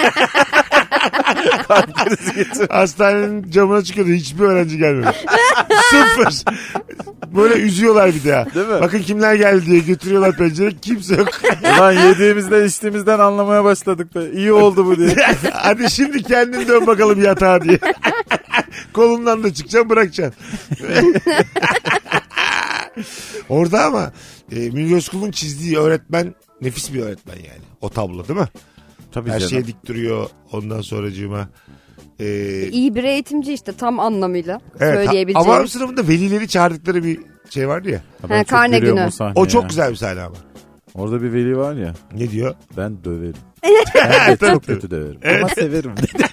Kalp krizi geçirdim. Hastanenin camına çıkıyordu. Hiçbir öğrenci gelmemiş. Sıfır. Böyle üzüyorlar bir daha. Değil mi? Bakın kimler geldi diye götürüyorlar pencereye. Kimse yok. Ulan yediğimizden içtiğimizden anlamaya başladık be. İyi oldu bu diye. Hadi şimdi kendin dön bakalım yatağa diye. Kolundan da çıkacaksın, bırakacaksın. Orada ama Münir Özkul'un çizdiği öğretmen nefis bir öğretmen yani. O tablo değil mi? Tabii Her canım. şeye dik duruyor. Ondan sonracığıma. İyi bir eğitimci işte tam anlamıyla Evet. söyleyebileceğim. Ama sınıfında velileri çağırdıkları bir şey vardı ya. Ha, ben Ha, çok karne görüyorum günü. o sahneyi O çok ya. güzel bir sahne ama. Orada bir veli var ya. Ne diyor? Ben döverim. Ben de çok kötü döverim. Ama severim.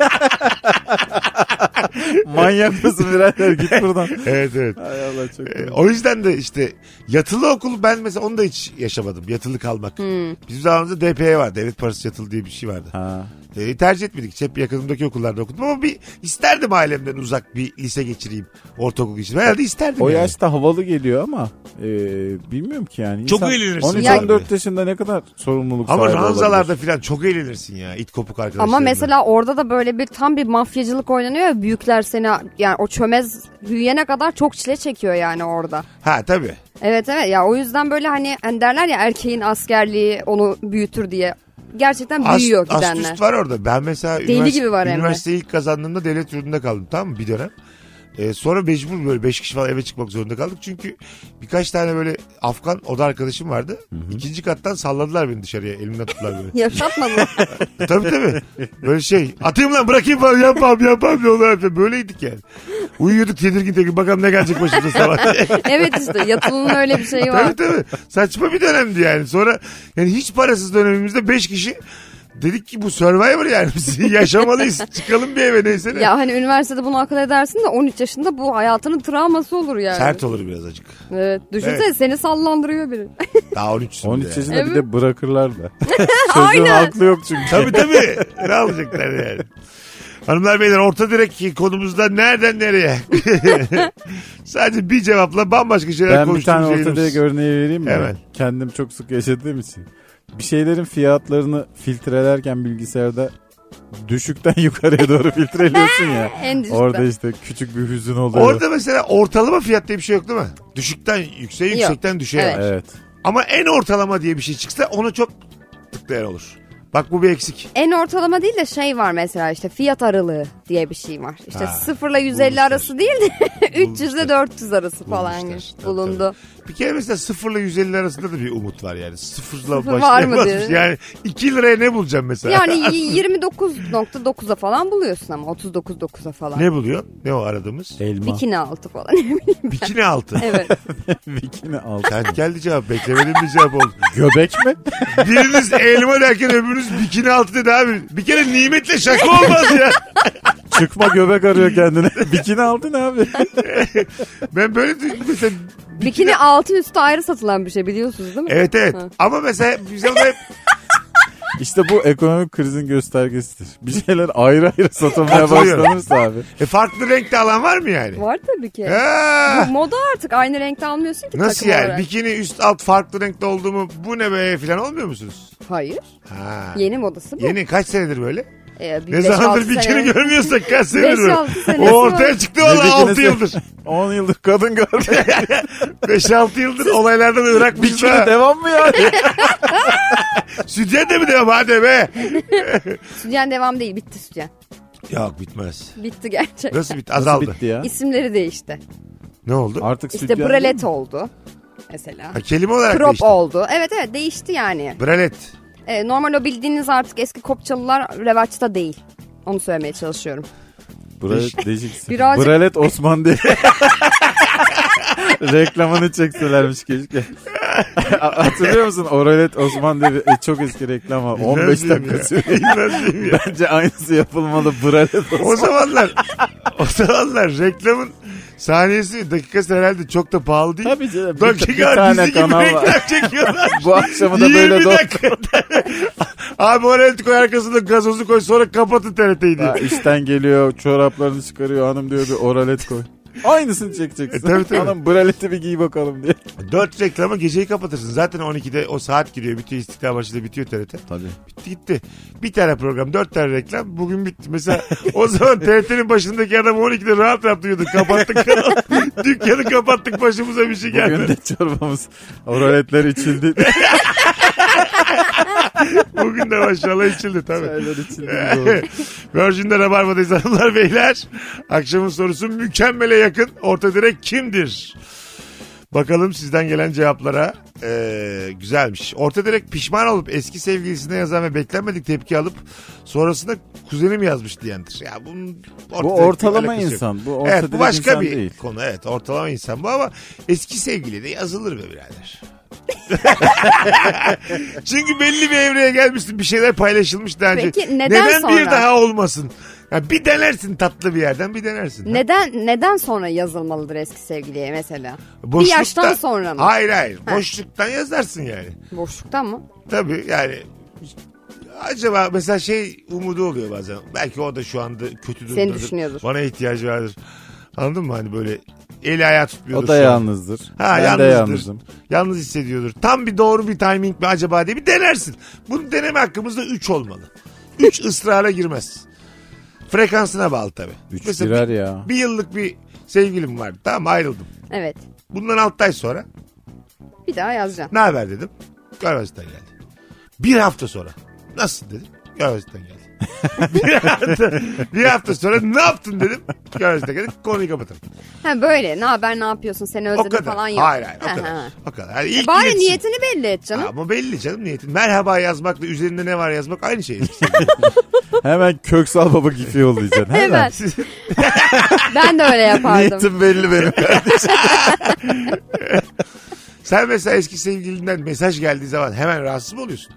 Manyak mısın birader, git buradan. Evet evet. Hay Allah, çok O yüzden de işte yatılı okul, ben mesela onu da hiç yaşamadım. Yatılı kalmak. Bizim zamanımızda DPE var. Devlet parası yatılı diye bir şey vardı. Ha. Tercih etmedik. Hep yakınımdaki okullarda okudum ama bir isterdim ailemden uzak bir lise geçireyim. Ortaokul geçireyim. Herhalde isterdim O yani. yaşta havalı geliyor ama bilmiyorum ki yani. Çok İnsan eğlenirsin. 13-14 yaşında ne kadar sorumluluk Ama sahibi ranzalarda olabilir. falan çok eğlenirsin ya. İt kopuk arkadaşlarınla. Ama mesela orada da böyle bir tam bir mafyacılık oynanıyor ya, büyükler seni yani o çömez büyüyene kadar çok çile çekiyor yani orada. Ha tabii. Evet ya o yüzden böyle hani derler ya erkeğin askerliği onu büyütür diye. Gerçekten büyüyor gidenler. Ast üst var orada. Ben mesela Deli gibi var hem de. üniversiteyi ilk kazandığımda devlet yurdunda kaldım, tamam mı, bir dönem. Sonra mecbur böyle 5 kişi falan eve çıkmak zorunda kaldık. Çünkü birkaç tane böyle Afgan oda arkadaşım vardı. İkinci kattan salladılar beni dışarıya. Elimden tuttular beni. Yaşatmadın. Tabii. Böyle şey. Atayım lan bırakayım falan yapmam. Böyleydik yani. Uyuyorduk tedirgin bakalım ne gelecek başımıza sabah diye. Evet işte yatılının öyle bir şeyi var. Tabii. Saçma bir dönemdi yani. Sonra yani hiç parasız dönemimizde 5 kişi dedik ki bu Survivor yani biz yaşamalıyız. Çıkalım bir eve neyse ne. Ya hani üniversitede bunu akıl edersin de 13 yaşında bu hayatının travması olur yani. Sert olur biraz acık. Evet. Düşünsene seni sallandırıyor biri. Daha 13'sün 13 yaşında yani. bir de bırakırlar da. Çocuğun aklı yok çünkü. Tabii. Ne alacaklar yani. Hanımlar beyler orta direk konumuzda nereden nereye? Sadece bir cevapla bambaşka şeyler Ben bir tane konuştuğumuz orta direk örneği vereyim mi? Hemen. Kendim çok sık yaşadığım için. Bir şeylerin fiyatlarını filtrelerken bilgisayarda düşükten yukarıya doğru filtreliyorsun ya. En düşükten. Orada işte küçük bir hüzün oluyor. Orada mesela ortalama fiyat diye bir şey yok değil mi? Düşükten yükseğe, Yok. yüksekten düşüğe Evet. var. Evet. Ama en ortalama diye bir şey çıksa onu çok tıklayan olur. Bak bu bir eksik. En ortalama değil de şey var mesela işte fiyat aralığı diye bir şey var. İşte Ha, 0 ile 150 bulmuşlar. arası değil de 300 ile 400 arası falan Bulmuşlar. Tabii, bulundu. Bir kere mesela 0 ile 150 arasında da bir umut var yani. Sıfırla Sıfır var mı başlayamazmış. diyorsun? Yani 2 liraya ne bulacağım mesela? Yani 29.9'a falan buluyorsun ama 39.9'a falan. Ne buluyor? Ne o aradığımız? Elma. Bikini altı falan. Bikini altı. Evet. Bikini altı. Sert geldi cevap. Beklemediğim bir cevap oldu. Göbek mi? Biriniz elma derken öbürünüz bikini altı dedi abi. Bir kere nimetle şaka olmaz ya. Çıkma göbek arıyor kendine. Bikini altı ne abi? Ben böyle mesela... Bikini altın üstü ayrı satılan bir şey biliyorsunuz değil mi? Evet. Ha. Ama mesela biz orada hep... İşte bu ekonomik krizin göstergesidir. Bir şeyler ayrı ayrı satılmaya Hatırlıyorum. başlanırsa abi. farklı renkte alan var mı yani? Var tabii ki. Ha. Bu moda artık aynı renkte almıyorsun ki Nasıl takım yani? olarak. Bikini üst alt farklı renkte oldu mu bu ne be falan olmuyor musunuz? Hayır. Ha. Yeni modası bu. Yeni kaç senedir böyle? Bir Ne 5-6 zamandır bikini sene- görmüyorsak kaç senedir 5-6 böyle? senesi O ortaya var. çıktı valla Ne 6 bikinisi? yıldır. 10 yıldır kadın gördüm. 5-6 yıldır olaylardan ırakmışız Bikini ha. devam mı yani? Sütyen de mi devam hadi be? Sütyen devam değil bitti sütyen. Yok bitmez. Bitti gerçekten. Nasıl bitti? Azaldı. Bitti ya. İsimleri değişti. Ne oldu? Artık İşte sütyen bralet oldu mesela. Ha, kelime olarak Crop değişti. oldu. Evet değişti yani. Bralet. Normal o bildiğiniz artık eski kopçalılar revaçta değil. Onu söylemeye çalışıyorum. Bralet değişik isim. Birazcık- Bralet Osman diye. Reklamını çekselermiş keşke. Hatırlıyor musun? Oralet Osman diye bir, çok eski reklam var. 15 dakika sürüyor. Bilmez miyim ya? Bence aynısı yapılmalı. Bralet Osman. O zamanlar reklamın saniyesi dakikası herhalde çok da pahalı değil. Tabii canım. Bir Dakika tane dizi gibi kanal var. reklam çekiyorlar. Bu akşamı da 20 böyle dakika. Abi oraya koy arkasında gazozu koy sonra kapatın TRT'yi diye. işten geliyor, çoraplarını çıkarıyor. Hanım diyor bir oralet koy. Aynısını çekeceksin. Tabii. Hanım braleti bir giy bakalım diye. 4 reklama geceyi kapatırsın. Zaten 12'de o saat giriyor. Bitiyor İstiklal Marşı'da bitiyor TRT. Tabii. Bitti gitti. Bir tane program 4 tane reklam bugün bitti. Mesela o zaman TRT'nin başındaki adam 12'de rahat rahat uyuyordu. Kapattık kanalı. Dükkanı kapattık başımıza bir şey Bugün gelmedi. de çorbamız oraletler içildi. Bugün de maşallah içildi tabii. Çaylar içildi. Virgin'de Rabarba'dayız hanımlar beyler. Akşamın sorusu mükemmele yakın. Orta direk kimdir? Bakalım sizden gelen cevaplara. Güzelmiş. Orta direk pişman olup eski sevgilisine yazan ve beklenmedik tepki alıp sonrasında kuzenim yazmış diyendir. Ya bunun orta Bu direkle ortalama alakası yok. insan. Bu orta Evet bu direk başka insan bir değil. konu. Evet ortalama insan bu ama eski sevgili de yazılır be birader. Çünkü belli bir evreye gelmişsin bir şeyler paylaşılmış daha önce. Peki neden bir sonra? daha olmasın? Ya bir denersin tatlı bir yerden bir denersin. Neden sonra yazılmalıdır eski sevgiliye mesela? Boşlukta- Bir yaştan sonra mı? Hayır. Ha. Boşluktan yazarsın yani. Boşluktan mı? Tabii yani acaba mesela şey umudu oluyor bazen. Belki o da şu anda kötü durumdadır. Seni düşünüyordur. Bana ihtiyacı vardır. Anladın mı? Hani böyle eli ayağı tutmuyordur. O da şu an. yalnızdır. Ha, Ben de yalnızdır. yalnızım. Yalnız hissediyordur. Tam bir doğru bir timing mi acaba diye bir denersin. Bunu deneme hakkımızda 3 olmalı. 3 ısrara girmez. Frekansına bağlı tabii. 3 Mesela girer ya. bir yıllık bir sevgilim vardı. Tamam ayrıldım. Evet. Bundan 6 ay sonra Bir daha yazacaksın. ne haber dedim. Görmezden geldi. Bir hafta sonra nasıl dedim. Görmezden geldi. bir hafta sonra ne yaptın dedim. Gözde kadar konuyu kapatırım. Ha böyle ne haber ne yapıyorsun seni O özledim kadar. falan yok. Hayır o Ha, kadar. ha. O kadar. Yani ilk Bari iletişim. niyetini belli et canım. Ama belli canım niyetin. Merhaba yazmakla üzerinde ne var yazmak aynı şey. Hemen Köksal Baba gifi yollayacaksın. Evet. Ben de öyle yapardım. Niyetim belli benim. Sen mesela eski sevgilinden mesaj geldiği zaman hemen rahatsız mı oluyorsun?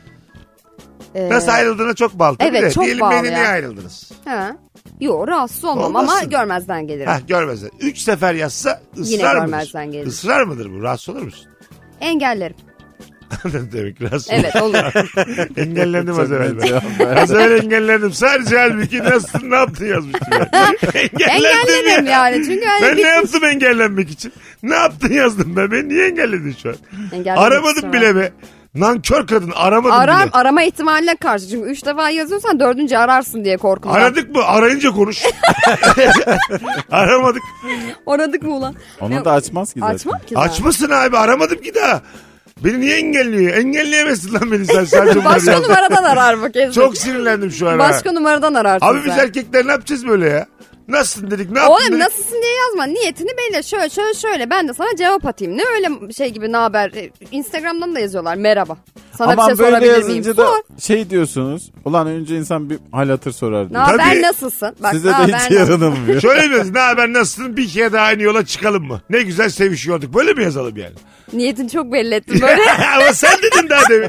Nasıl ayrıldığına çok bağlı. Tabii Evet, de. çok Diyelim bağlı beni niye ya. ayrıldınız? Ha. Yok rahatsız olmam Olmazsın. ama görmezden gelirim. Hah görmezler. 3 sefer yazsa Yine ısrar mıdır? görmezden gelir. Israr mıdır bu? Rahatsız olur musun? Engellerim. Demek ki rahatsız Evet olur. Engellendim az evvel ben. Cevap ver. Az evvel engellendim. Sadece halbuki nasılsın ne yaptın yazmıştım ben. Engellerim ya. yani. Çünkü hani Ben ne yaptım engellenmek için? Ne yaptın yazdım ben. Beni niye engelledin şu an? Engellemek Aramadım istemem. bile be. Nankör kadın aramadım bile. Arama ihtimaline karşı. Çünkü 3 defa yazıyorsan 4. ararsın diye korkumdan. Aradık mı? Arayınca konuş. Aramadık. Aradık mı ulan? Onu da açmaz ki zaten. Açmam ki zaten. Açmasın abi aramadım ki daha. Beni niye engelliyor? Engelleyemezsin lan beni sen. Sadece bunları Başka yazdın. numaradan arar bu kez. Çok sinirlendim şu an. ha. Başka numaradan ararsın Abi biz sen. erkekler ne yapacağız böyle ya? Nasılsın dedik ne yaptın Oğlum dedik. nasılsın diye yazma. Niyetini belli. Şöyle. Ben de sana cevap atayım. Ne öyle şey gibi ne haber? Instagram'dan da yazıyorlar. Merhaba. Sana Ama bir şey böyle sorabilir miyim? yazınca da Sor. şey diyorsunuz. Ulan önce insan bir hal hatır sorar Ne diyor. Tabii. haber nasılsın? Bak, Size ne de haber hiç yaranılmıyor. Şöyle mi yazın? Ne haber nasılsın? Bir kere daha aynı yola çıkalım mı? Ne güzel sevişiyorduk. Böyle mi yazalım yani? Niyetini çok belli ettin böyle. Ama sen dedin daha demin.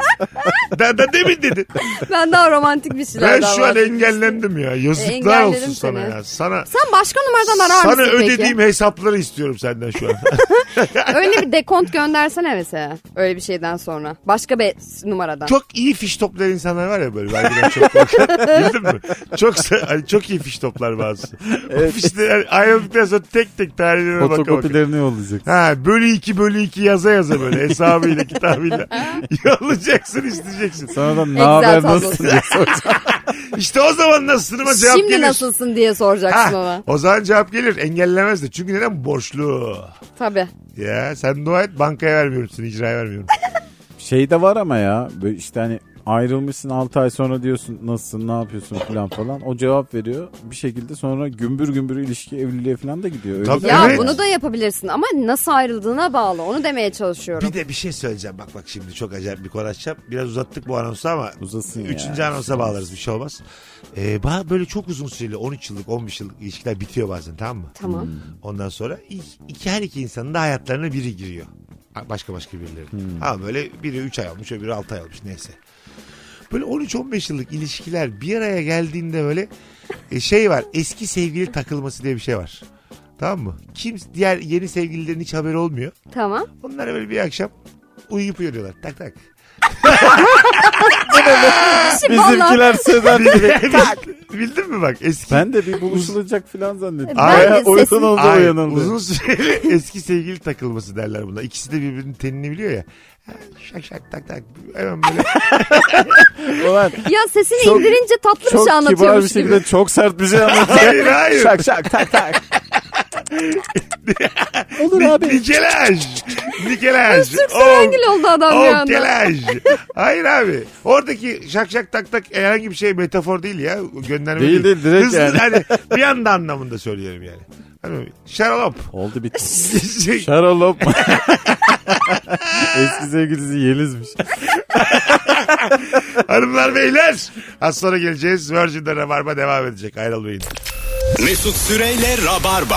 Daha demin dedin. Ben daha romantik bir şeyler Ben daha şu an bahsedeyim. engellendim ya. Yazıklar Engelledim olsun sana seni. ya. Sana Sen başka numaradan arar sana mısın ödediğim hesapları istiyorum senden şu an. peki? Öyle bir dekont göndersene mesela. Öyle bir şeyden sonra. Başka bir numaradan. Çok iyi fiş toplayan insanlar var ya böyle. Vergiden çok korkan. Bildin mi? Çok iyi fiş toplar bazısı. O fişler ayrıldıktan sonra tek tek tarihlerine baka baka. Fotokopilerini yollayacak. Ha bölü 2 yaza böyle hesabıyla kitabıyla yollayacaksın isteyeceksin. Sonra da ne Excel haber tablosu. nasılsın diye soracağım. İşte o zaman nasılsınıma cevap Şimdi gelir. nasılsın diye soracaksın Ha, ona. o zaman cevap gelir engellemez de çünkü neden borçlu. Tabii. Ya sen dua et bankaya vermiyorum seni icraya vermiyorum. Şey de var ama ya böyle işte hani ayrılmışsın 6 ay sonra diyorsun nasılsın ne yapıyorsun falan. O cevap veriyor bir şekilde sonra gümbür gümbür ilişki evliliğe falan da gidiyor. Öyle Tabii. de- Ya Evet. bunu da yapabilirsin ama nasıl ayrıldığına bağlı. Onu demeye çalışıyorum. Bir de bir şey söyleyeceğim bak şimdi çok acayip bir konu açacağım. Biraz uzattık bu anonsu ama Uzasın ya. 3. anonsa bağlarız bir şey olmaz. Böyle çok uzun süreli 13 yıllık 15 yıllık ilişkiler bitiyor bazen tamam mı? Tamam. Ondan sonra her iki insanın da hayatlarına biri giriyor. Başka birileri. Ha böyle biri 3 ay olmuş öbürü 6 ay olmuş neyse. Böyle 13-15 yıllık ilişkiler bir araya geldiğinde böyle şey var eski sevgili takılması diye bir şey var. Tamam mı? Diğer yeni sevgililerin hiç haberi olmuyor. Tamam. Onlara böyle bir akşam uyuyup uyanıyorlar. Tak tak. Bizimkiler Sezen direkt. Bildin mi bak eski. Ben de bir buluşulacak falan zannettim. Ben Ay, de oyun sesim- oldu Ay, uyanıldı. uzun süreli eski sevgili takılması derler buna. İkisi de birbirinin tenini biliyor ya. Şak şak tak tak. Hemen böyle. Ulan, Ya sesini Çok- indirince tatlı bir çok şey kibar bir anlatıyormuş gibi. şekilde çok sert bir şey anlatıyor. Hayır hayır. Şak şak tak tak. Olur abi. Nikelaj. Türk Serengil oldu adam bir anda. Kelaj. Hayır abi. Oradaki şak şak tak tak herhangi bir şey metafor değil ya. Gönderme Değil, değil, direkt Hızlı, yani. Hani bir anda anlamında söylüyorum yani. Hani şaralop. Oldu bitti. Şaralop. Eski sevgilisi Yeliz'miş. Hanımlar beyler. Az sonra geleceğiz. Virgin'de Rabarba devam edecek. Ayrılmayın. Mesut Süreyle Rabarba.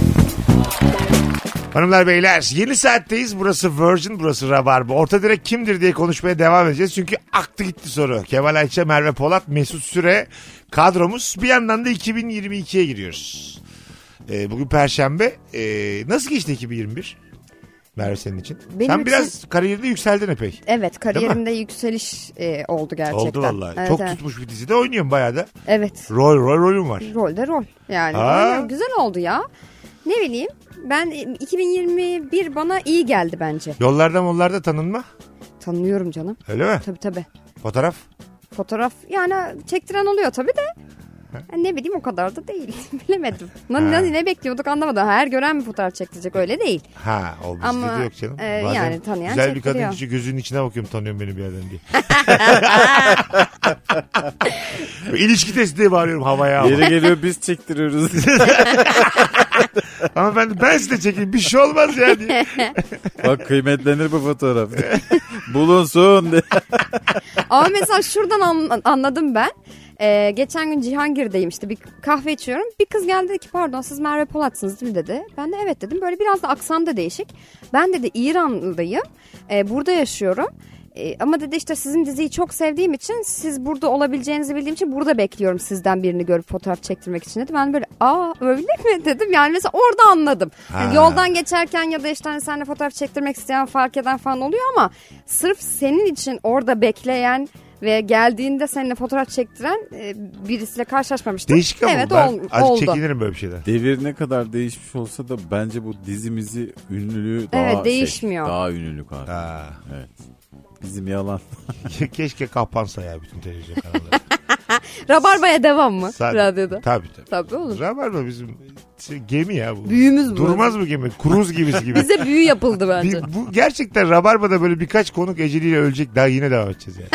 Hanımlar beyler yeni saatteyiz. Burası Virgin, burası Rabarba. Orta direk kimdir diye konuşmaya devam edeceğiz. Çünkü aktı gitti soru. Kemal Ayça, Merve Polat, Mesut Süre kadromuz. Bir yandan da 2022'ye giriyoruz. Bugün Perşembe. Nasıl geçti 2021? Merve senin için. Benim Sen için- biraz kariyerinde yükseldin epey. Evet kariyerimde yükseliş oldu gerçekten. Oldu vallahi. Evet, Çok evet. tutmuş bir dizide oynuyorum bayağı da. Evet. Rolüm var. Rolde rol. Yani Aa. öyle güzel oldu ya. Ne bileyim ben 2021 bana iyi geldi bence. Yollarda tanınma. Tanıyorum canım. Öyle mi? Tabii tabii. Fotoğraf. Fotoğraf yani çektiren oluyor tabii de. Ne bileyim o kadar da değil. Bilemedim. Ne bekliyorduk anlamadım. Her gören mi fotoğraf çektirecek öyle değil. Ha o bizde Ama, de yok canım. yani tanıyan güzel bir çektiriyor. kadın kişi gözünün içine bakıyorum tanıyorum beni bir yerden diye. İlişki testi diye bağırıyorum havaya ama. Yeri geliyor biz çektiriyoruz. Ama ben size çekeyim bir şey olmaz ya diye. Bak kıymetlenir bu fotoğraf. Bulunsun diye. Ama mesela şuradan anladım ben. Geçen gün Cihangir'deyim işte bir kahve içiyorum. Bir kız geldi dedi ki pardon siz Merve Polat'sınız değil mi dedi. Ben de evet dedim. Böyle biraz da aksam da değişik. Ben dedi İranlıyım. Burada yaşıyorum. Ama dedi işte sizin diziyi çok sevdiğim için siz burada olabileceğinizi bildiğim için burada bekliyorum sizden birini görüp fotoğraf çektirmek için dedi. Ben böyle öyle mi dedim. Yani mesela orada anladım. Yani yoldan geçerken ya da işte hani seninle fotoğraf çektirmek isteyen fark eden falan oluyor ama sırf senin için orada bekleyen ve geldiğinde seninle fotoğraf çektiren birisiyle karşılaşmamıştım. Değişik ama evet, ben azıcık oldu. çekinirim böyle bir şeyden. Devir ne kadar değişmiş olsa da bence bu dizimizi ünlülüğü daha Evet, değişmiyor. daha ünlülük abi. Evet. Bizim yalan. Keşke kapansa ya bütün televizyon kanalları. Rabarba'ya devam mı radyoda? Tabii. Tabii olur. Rabarba bizim gemi ya bu. Büyümüz bu. Durmaz mı gemi? Kruz gemisi gibi. Bize büyü yapıldı bence. Bu gerçekten Rabarba'da böyle birkaç konuk eceliyle ölecek. Daha yine devam edeceğiz yani.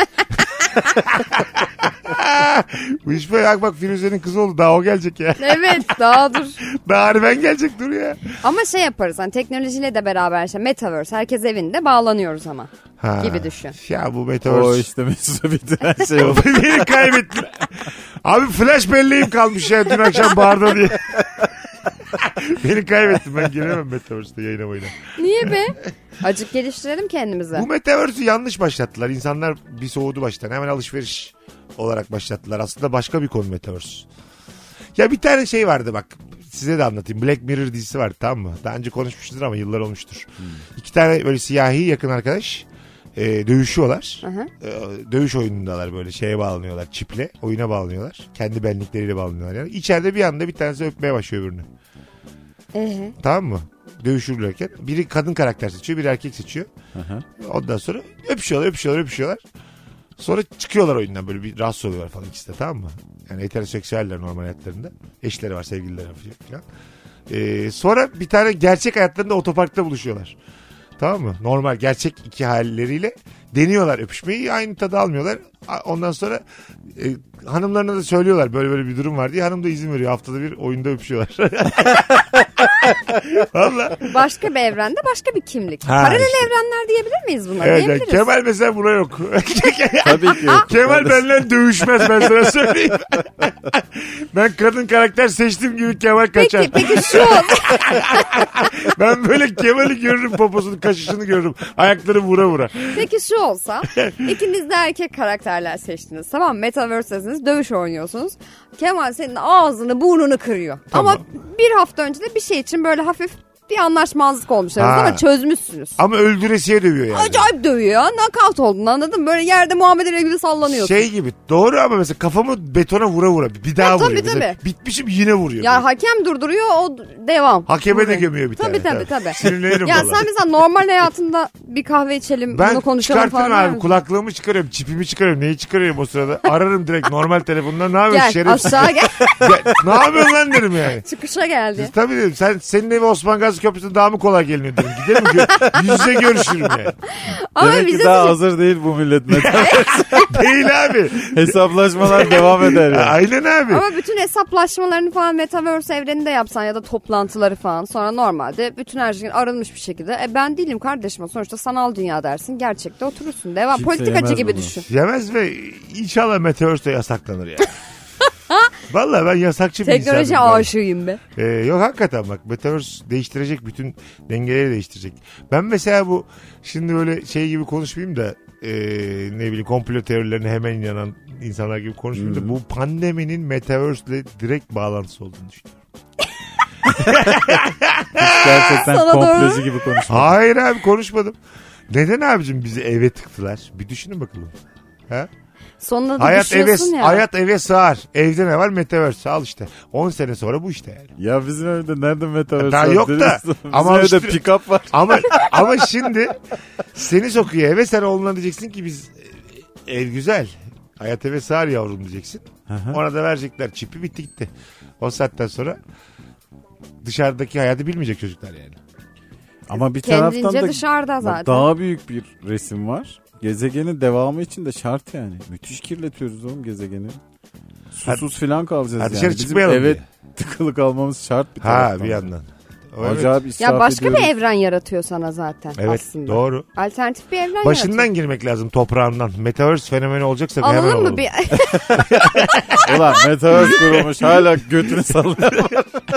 Bu iş böyle bak Firuze'nin kızı oldu. Daha o gelecek ya. Evet daha dur. Daha Arben gelecek dur ya. Ama şey yaparız hani teknolojiyle de beraber işte Metaverse herkes evinde bağlanıyoruz ama. Gibi düşün. Ya bu Metaverse. O işte Mesut'a bitiren şey oldu. Beni kaybettin. Abi flash belleğim kalmış ya dün akşam barda diye. Beni kaybettim ben giremem Metaverse'de yayına boyuna. Niye be? Acık geliştirelim kendimizi. Bu Metaverse'ü yanlış başlattılar. İnsanlar bir soğudu baştan. Hemen alışveriş olarak başlattılar. Aslında başka bir konu Metaverse. Ya bir tane şey vardı bak. Size de anlatayım. Black Mirror dizisi vardı tamam mı? Daha önce konuşmuşuzdur ama yıllar olmuştur. İki tane böyle siyahi yakın arkadaş dövüşüyorlar. Dövüş oyunundalar böyle şeye bağlanıyorlar. Çiple oyuna bağlanıyorlar. Kendi benlikleriyle bağlanıyorlar. Yani içeride bir anda bir tanesi öpmeye başlıyor öbürünü. Tamam mı? Dövüşürlerken biri kadın karakter seçiyor, biri erkek seçiyor. Ondan sonra öpüşüyorlar. Sonra çıkıyorlar oyundan böyle bir rahatsız oluyorlar falan ikisi de tamam mı? Yani heteroseksüeller normal hayatlarında. Eşleri var, sevgilileri var falan. Sonra bir tane gerçek hayatlarında otoparkta buluşuyorlar. Tamam mı? Normal gerçek iki halleriyle deniyorlar öpüşmeyi. Aynı tadı almıyorlar. Ondan sonra hanımlarına da söylüyorlar böyle bir durum var diye. Hanım da izin veriyor. Haftada bir oyunda öpüşüyorlar. Valla. Başka bir evrende başka bir kimlik. Paralel evrenler diyebilir miyiz buna? Evet, diyebiliriz. Kemal mesela buna yok. Tabii ki yok. Kemal benimle dövüşmez ben sana söyleyeyim. Ben kadın karakter seçtiğim gibi Kemal kaçar. Peki şu olsun. Ben böyle Kemal'i görürüm poposunu kaşışını görürüm. Ayakları vura. Peki şu olsa ikiniz de erkek karakterler seçtiniz. Tamam Metaverse'desiniz dövüş oynuyorsunuz. Kemal senin ağzını burnunu kırıyor. Tamam. Ama bir hafta önce de bir şey için böyle hafif bir anlaşmazlık olmuş aranızda ama çözmüşsünüz. Ama öldüresiye dövüyor yani. Acayip dövüyor ya. Knockout oldun anladın mı? Böyle yerde Muhammed Ali gibi sallanıyorsun. Şey gibi doğru ama mesela kafamı betona vura bir daha vuruyor. Tabii. Mesela bitmişim yine vuruyor. Ya hakem durduruyor o devam. Hakeme de gömüyor bir tane. Tabii. Sinirlenirim ya vallahi. sen mesela normal hayatında bir kahve içelim ben bunu konuşalım falan. çıkartırım abi kulaklığımı çıkarıyorum çipimi çıkarıyorum neyi çıkarıyorum o sırada ararım direkt normal telefondan ne yapıyorsun Gel şerefsiz. aşağı gel. Ne yapıyorsun lan derim yani. Çıkışa geldi. Tabii dedim senin evi Osman Gazi Köprüsü'nde daha mı kolay geliniyor dedim. Gidelim yüz yüze görüşürüm yani. Ama Demek bize ki daha hazır değil bu millet. Değil abi. Hesaplaşmalar devam eder yani. Aynen abi. Ama bütün hesaplaşmalarını falan Metaverse evreninde yapsan ya da toplantıları falan sonra normalde bütün her şey arınmış bir şekilde. Ben değilim kardeşim sonuçta sanal dünya dersin. Gerçekte oturursun. Devam. Kimse Politikacı yemez gibi bunu. düşün. Yemez ve inşallah Metaverse'de yasaklanır yani. Vallahi ben yasakçı bir insanım. Teknoloji aşığıyım be. Yok hakikaten bak Metaverse değiştirecek bütün dengeleri değiştirecek. Ben mesela bu şimdi böyle şey gibi konuşmayayım da ne bileyim komplo teorilerine hemen inanan insanlar gibi konuşmayayım da bu pandeminin Metaverse ile direkt bağlantısı olduğunu düşünüyorum. Hiç gerçekten Sana komplocu doğru. gibi konuşma. Hayır abi konuşmadım. Neden abicim bizi eve tıktılar? Bir düşünün bakalım. Ha? Sonunda da Hayat eve, düşüyorsun ya. hayat eve sığar. Evde ne var? Metaverse al işte. 10 sene sonra bu işte yani. Ya bizim evde nerede metaverse Daha var yok da, biliyorsun? ama Bizim evde işte- pick-up var. Ama şimdi seni sokuyor eve sen oğluna diyeceksin ki biz ev güzel. Hayat eve sığar yavrum diyeceksin. Ona da verecekler çipi, bitti gitti. O saatten sonra dışarıdaki hayatı bilmeyecek çocuklar yani. Ama bir Kendince taraftan da dışarıda zaten. daha büyük bir resim var. Gezegenin devamı için de şart yani. Müthiş kirletiyoruz oğlum gezegeni. Susuz filan kalacağız hadi yani. dışarı Bizim çıkmayalım eve diye. tıkılı kalmamız şart bir Ha taraftan. bir yandan. O evet. Acayip israf Ya başka ediyoruz. bir evren yaratıyor sana zaten Evet aslında. doğru. Alternatif bir evren Başından yaratıyor. girmek lazım toprağından. Metaverse fenomeni olacaksa hemen Alalım olalım. mı bir... Ulan Metaverse kurulmuş hala götünü sallıyor.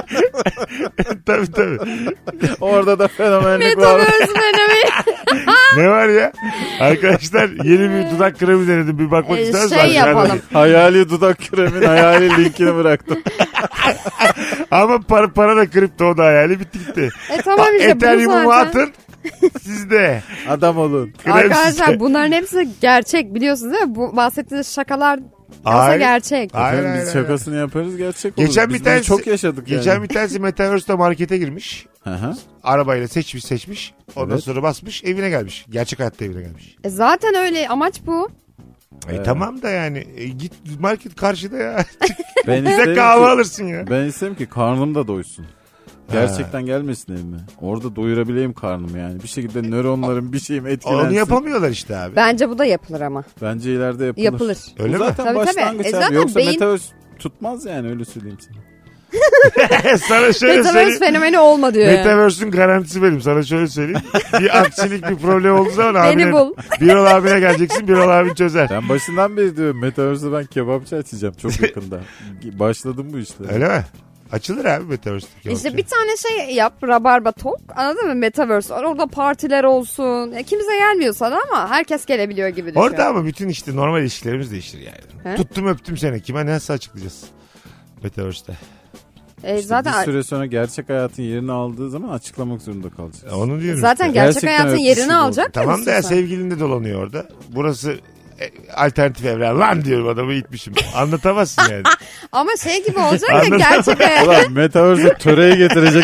tabii. Orada da fenomenlik var. Metaverse fenomeni. Ne var ya? Arkadaşlar yeni bir dudak kremi denedim. Bir bakmak ister misiniz? Şey yapalım. Hayali dudak kremin hayali linkini bıraktım. Ama para da kripto, o da hayali, bitti gitti. Tamam işte bu Ethereum'u zaten. atın. Sizde. Adam olun. Arkadaşlar bunların hepsi gerçek biliyorsunuz değil mi? Bu bahsettiğiniz şakalar aslında Hayır. gerçek. Hayır, Efendim, hayır, biz hayır. şakasını yaparız gerçek olur. Geçen Biz bir bunu tanesi, çok yaşadık geçen yani. bir tanesi Metaverse'de markete girmiş. Hı. Arabayla seçmiş. Ondan Evet. sonra basmış, evine gelmiş. Gerçek hayatta evine gelmiş. Zaten öyle, amaç bu. Tamam da yani git market karşıda ya. Ben Bize isterim kahve ki, alırsın ya. ben isterim ki karnım da doysun. Gerçekten gelmesin evime. Orada doyurabileyim karnımı yani. Bir şekilde nöronlarım bir şeyim etkilensin. Onu yapamıyorlar işte abi. Bence bu da yapılır ama. Bence ileride yapılır. Yapılır. Öyle Bu mi? zaten Tabii, tabii. başlangıç abi. Zaten Yoksa beyin- Metaverse tutmaz yani, öyle söyleyeyim sana. Sana şöyle Metaverse söyleyeyim. fenomeni olma diyor yani. Metaverse'ün garantisi benim. Sana şöyle söyleyeyim. Bir aksilik, bir problem olduğu zaman Beni abine, bul. Birol abine geleceksin. Birol abin çözer. Ben başından beri diyorum Metaverse'de ben kebapçı açacağım çok yakında. Başladım bu işlere. Öyle mi? Açılır abi Metaverse'deki. İşte bir tane şey yap, Rabarba Talk, anladın mı? Metaverse var, orada partiler olsun. Kimse gelmiyor sana ama herkes gelebiliyor gibi düşün. Orada ama bütün işte normal ilişkilerimiz değişir yani. He? Tuttum öptüm seni. Kime nasıl açıklayacağız? Metaverse'de. İşte zaten bir süre sonra gerçek hayatın yerini aldığı zaman açıklamak zorunda kalacağız. Onu diyorum zaten işte. gerçek Gerçekten hayatın öpüşü yerini bu. alacak. Tamam da ya mısın sen? sevgilin de dolanıyor orada. Burası alternatif evren. Lan diyorum, adamı itmişim. Anlatamazsın yani. Ama şey gibi olacak ya, Anladım. gerçek hayat. Ulan Metaverse'de töreyi getirecek.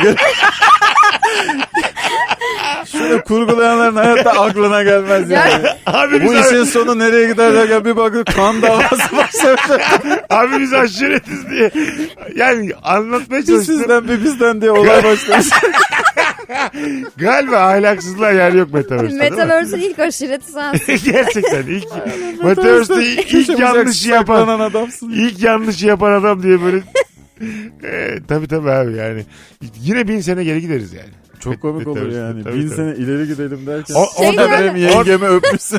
Şunu kurgulayanların hayatta aklına gelmez yani. Abi Bu biz, işin sonu nereye gider derken bir bakın kan davası başlamış. abi biz aşiretiz diye. Yani anlatmaya Bir çalıştım. sizden bir bizden diye olay başlamış. Galiba ahlaksızlığa yer yok Metaverse'de, değil mi? Metaverse'ün ilk aşireti sensin. Gerçekten ilk Metaverse'de ilk yanlışı yapan Saklanan adamsın. ilk yanlışı yapan adam diye böyle tabii abi yani yine 1000 sene geri gideriz yani. Çok komik olur Metaverse'de, yani. tabii, 1000 tabii. sene ileri gidelim derken. Orada da benim yengemi öpmüşsün.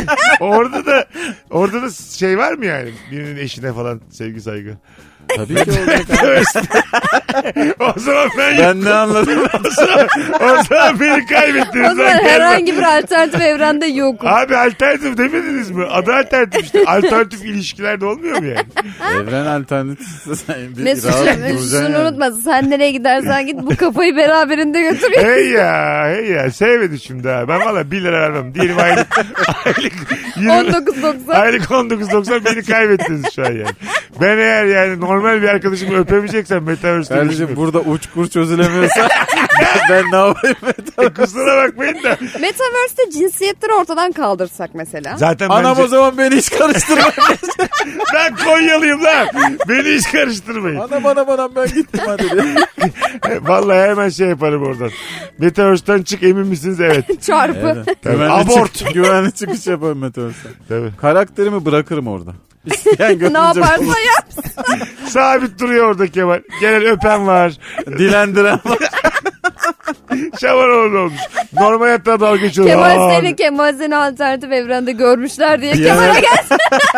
orada da şey var mı yani, birinin eşine falan sevgi saygı. Tabii ki olacak abi. O zaman Ben ne anladım? o zaman beni kaybettiniz. O zaman herhangi bir alternatif evrende yok. Abi alternatif demediniz mi? Adı alternatif işte. Alternatif ilişkilerde olmuyor mu yani? Evren alternatif. Sen bir rahat Mesut'cum duracaksın şunu yani. unutma, sen nereye gidersen git bu kafayı beraberinde götür. Hey ya sevmedi şimdi ha. Ben valla 1 lira vermem. Diyelim aylık 19.90. aylık 19.90 beni kaybettiniz şu an yani. Ben eğer yani normal bir arkadaşımı öpemeyeceksem Metaverse'de Kardeşim görüşmüyorum. burada uçkur çözülemiyorsa ben ne yapayım? Kusura bakmayın da. Metaverse'de cinsiyetleri ortadan kaldırsak mesela. Zaten Anam bence o zaman beni hiç karıştırma. ben Konyalıyım lan. Beni hiç karıştırmayın. Anam ben gittim hadi. Vallahi hemen şey yaparım oradan. Metaverse'den çık, emin misiniz? Evet. Çarpı. Tabii. Abort. Güvenli çıkış yaparım Metaverse'den. Tabii. Karakterimi bırakırım orada. İsteyen görünce Ne yaparsa bulur. yap. Sabit duruyor orada Kemal. Gelen öpen var. Dilendiren var. Şamanoğlu olmuş. Normal hayatta dalga geçiyor. Kemal seni alternatif evrende görmüşler diye Bir Kemal'e yana- gelsin.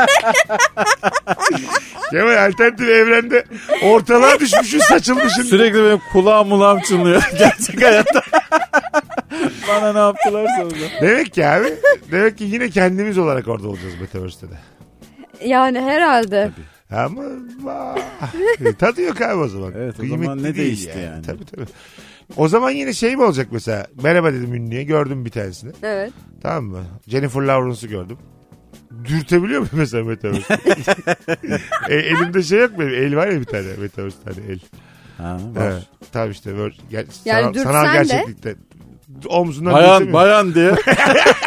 Kemal alternatif evrende ortalığa düşmüşsün, saçılmışsın. Sürekli benim kulağım çınlıyor. Gerçek hayatta. Bana ne yaptılarsa orada. Demek ki abi. Demek ki yine kendimiz olarak orada olacağız Metaverse'de de. Yani herhalde. Ama tadı yok abi o zaman. Evet, o Kıymetli zaman ne değil değişti yani? Tabii. O zaman yine şey mi olacak mesela? Merhaba dedim ünlüye, gördüm bir tanesini. Evet. Tamam mı? Jennifer Lawrence'ı gördüm. Dürtebiliyor muyum mesela Metaverse'de? Elimde şey yok mu? El var ya bir tane Metaverse tane el. Ha, var. Evet. Tabii işte böyle Yani sanal dürtsen de- gerçeklikte. Omzundan dürtemiyorum. Bayan diye.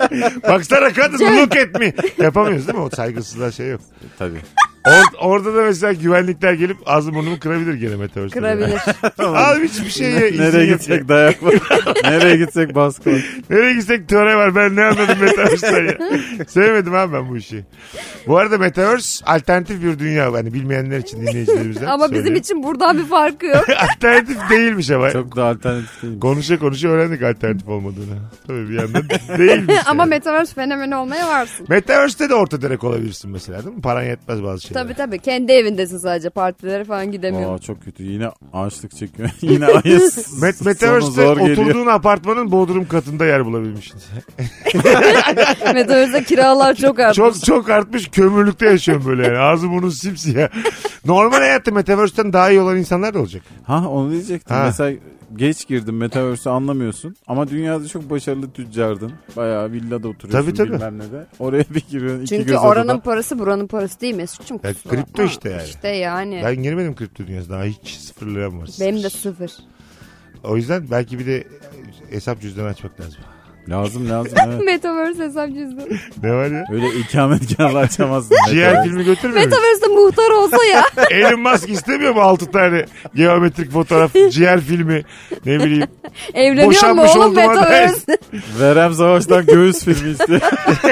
Baksana kadın look at me. Yapamıyoruz değil mi? O saygısızlığa şey yok. Tabii. Orada da mesela güvenlikler gelip ağzı burnumu kırabilir gene Metaverse'de. Kırabilir. Abi hiçbir şeye izin Nereye yok gitsek ya. dayak var. Nereye gitsek baskı var. Nereye gitsek töre var. Ben ne anladım Metaverse'den ya. Sevmedim abi ben bu işi. Bu arada Metaverse alternatif bir dünya. Hani bilmeyenler için dinleyicilerimizden Ama bizim söyleyeyim. için buradan bir farkı yok. Alternatif değilmiş ama. Çok da alternatif değil. Konuşa öğrendik alternatif olmadığını. Tabii bir yandan değilmiş. Ama yani. Metaverse fenomeni olmaya varsın. Metaverse'de de orta direk olabilirsin mesela değil mi? Paran yetmez bazı şeylere. Tabii. Kendi evindesin sadece. Partilere falan gidemiyorsun. Aa, çok kötü. Yine ağaçlık çekiyor. Yine ayı Metaverse'de zor geliyor. oturduğun apartmanın bodrum katında yer bulabilmişsin. Metaverse'de kiralar çok artmış. Çok artmış, kömürlükte yaşıyorum böyle yani. Ağzı burnun simsiyah. Normal hayatta Metaverse'den daha iyi olan insanlar da olacak. Ha onu diyecektim. Ha. Mesela geç girdim Metaverse'ü anlamıyorsun. Ama dünyada çok başarılı tüccardın. Bayağı villada oturuyorsun Tabii. bilmem ne de. Oraya bir giriyorsun. iki Çünkü göz oranın odada. parası buranın parası değil Mesut'cum. Ya, kusura kripto bakma. işte yani. İşte yani. Ben girmedim kripto dünyasına. Daha hiç sıfır liram var. Benim de 0. O yüzden belki bir de hesap cüzdanı açmak lazım. Lazım evet. Metaverse hesap cüzdanı. Ne var ya? Öyle ikametgahla açamazsın. Ciğer filmi götürmüyor musun? Metaverse'de muhtar olsa ya. Elon Musk istemiyor mu 6 tane geometrik fotoğraf, ciğer filmi, ne bileyim. Evleniyor mu Boşanmış oğlum olduğuma Metaverse? Verem Savaş'tan göğüs filmi istiyor.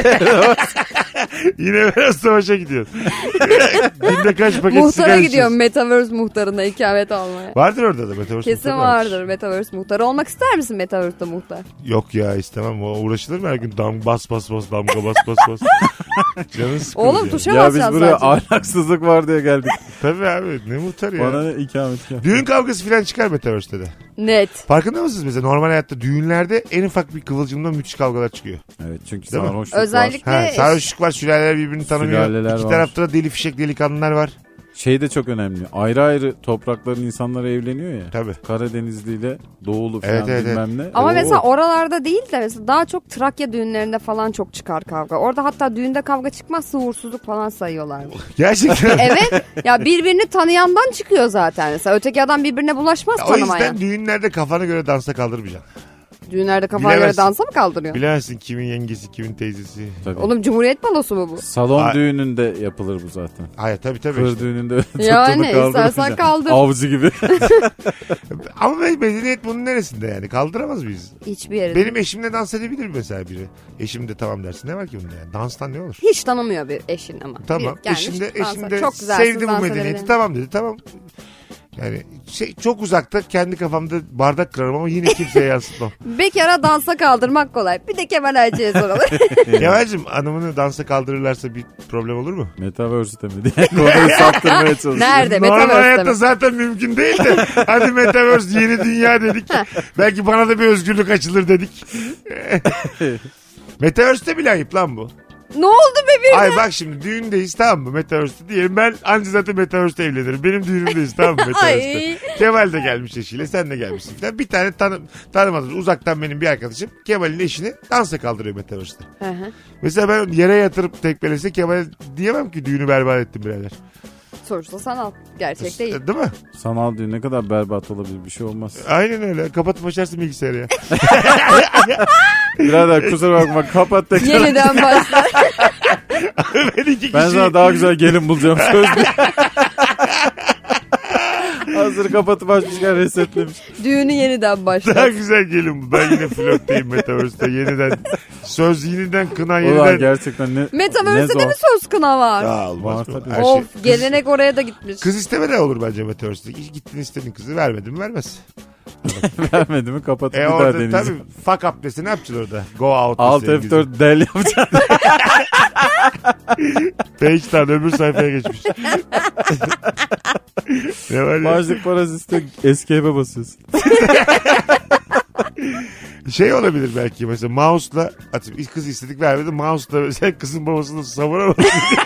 Yine biraz savaşa gidiyor. Günde kaç paket sigara Muhtara gidiyorum içiyorsun? Metaverse muhtarına ikamet almaya. Vardır orada da Metaverse. Kesin muhtarı vardır Metaverse muhtarı. Olmak ister misin Metaverse'de muhtar? Yok ya istemem. O uğraşılır mı her gün? Bas damga bas. Canın sıkılır Oğlum yani. tuşa Ya biz basacaksın buraya sadece. ahlaksızlık var diye geldik. Tabii abi ne muhtar ya. Bana ne ikametgah. Düğün kavgası falan çıkar Metaverse'de de. Net. Farkında mısınız mesela normal hayatta düğünlerde en ufak bir kıvılcımda müthiş kavgalar çıkıyor. Evet çünkü Değil mi? sarhoşluk Özellikle- var. Ha, sarhoşluk var, sülaleler birbirini tanımıyor. Sülaleler İki var. tarafta da deli fişek delikanlılar var. Şey de çok önemli. Ayrı ayrı toprakların insanları evleniyor ya. Tabii. Karadenizli ile Doğulu falan Evet. bilmem ne. Ama Oo. mesela oralarda değil de mesela daha çok Trakya düğünlerinde falan çok çıkar kavga. Orada hatta düğünde kavga çıkmazsa uğursuzluk falan sayıyorlar. Gerçekten. Evet. Ya birbirini tanıyandan çıkıyor zaten. Mesela öteki adam birbirine bulaşmaz O tanımaya. yüzden düğünlerde kafana göre dansa kaldırmayacaksın. Düğünlerde kafana göre Bilemezsin. dansa mı kaldırıyor? Bilemezsin kimin yengesi, kimin teyzesi. Tabii. Oğlum Cumhuriyet balosu mu bu? Salon Ay- düğününde yapılır bu zaten. Hayır tabii Kır işte. düğününde öyle Yani tuttuğunu kaldırmayacaksın. istersen kaldır. Avcı gibi. Ama medeniyet bunun neresinde yani? Kaldıramaz mıyız? Hiçbir yere. Benim eşimle dans edebilir mesela biri. Eşim de tamam dersin. Ne var ki bunda yani? Danstan ne olur? Hiç tanımıyor bir eşin ama. Tamam. Bir gelmiş, Eşim dansa. de Çok güzel, sevdi siz bu dans medeniyeti. edebilin. Tamam dedi. Tamam. Yani çok uzakta kendi kafamda bardak kırarım ama yine kimseye yansıtmam. Bekara dansa kaldırmak kolay. Bir de Kemal Ayça'ya soralım. Kemal'cim hanımını dansa kaldırırlarsa bir problem olur mu? Metaverse'de mi diye konuyu saptırmaya çalışıyor. Nerede? Normal Metaverse'de hayatta mi? zaten mümkün değil de. Hadi Metaverse yeni dünya dedik. Belki bana da bir özgürlük açılır dedik. Metaverse'de bile ayıp lan bu. Ne oldu bebeğim? Ay bak şimdi düğündeyiz tamam mı Metaverse'de diyelim. Ben anca zaten Metaverse'de evlenirim. Benim düğünümdeyiz tamam mı Metaverse'de. Ay. Kemal de gelmiş eşiyle sen de gelmişsin falan. Bir tane tanımadığımız uzaktan benim bir arkadaşım Kemal'in eşini dansa kaldırıyor Metaverse'de. Hı hı. Mesela ben yere yatırıp tekmelese Kemal'e diyemem ki düğünü berbat ettim birader. Sonuçta sanal. Gerçek değil. Değil mi? Sanal düğün ne kadar berbat olabilir bir şey olmaz. Aynen öyle. Kapatıp açarsın bilgisayarı ya. Birader kusura bakma kapat tekrar. Yeniden başlar. Ben iki Ben kişi... sana daha güzel gelin bulacağım söz. Hazır kapatıp açmışken resetlemiş. Düğünü yeniden Daha başlar. güzel gelin bu. Ben yine flörtteyim Metaverse'de. Yeniden söz yeniden kına Ulan yeniden. gerçekten ne Metaverse'de ne mi söz kına var? Ya olmaz Var mı? tabii. Her şey- Of gelenek oraya da gitmiş. Kız isteme de olur bence Metaverse'de. Gittin istedin kızı vermedin mi vermez. vermedi mi kapatıp bir daha Orada deneyeceğim. tabii fuck up dese ne yapacaksın orada? Go out Alt dese İngilizce. F4 del yapacağım. Page'den öbür sayfaya geçmiş. Ne var ya? Başlık parası iste escape'e basıyorsun. Şey olabilir belki mesela mouse'la atıp kız istedik vermedi mouse'la mesela kızın babasını savuramadı.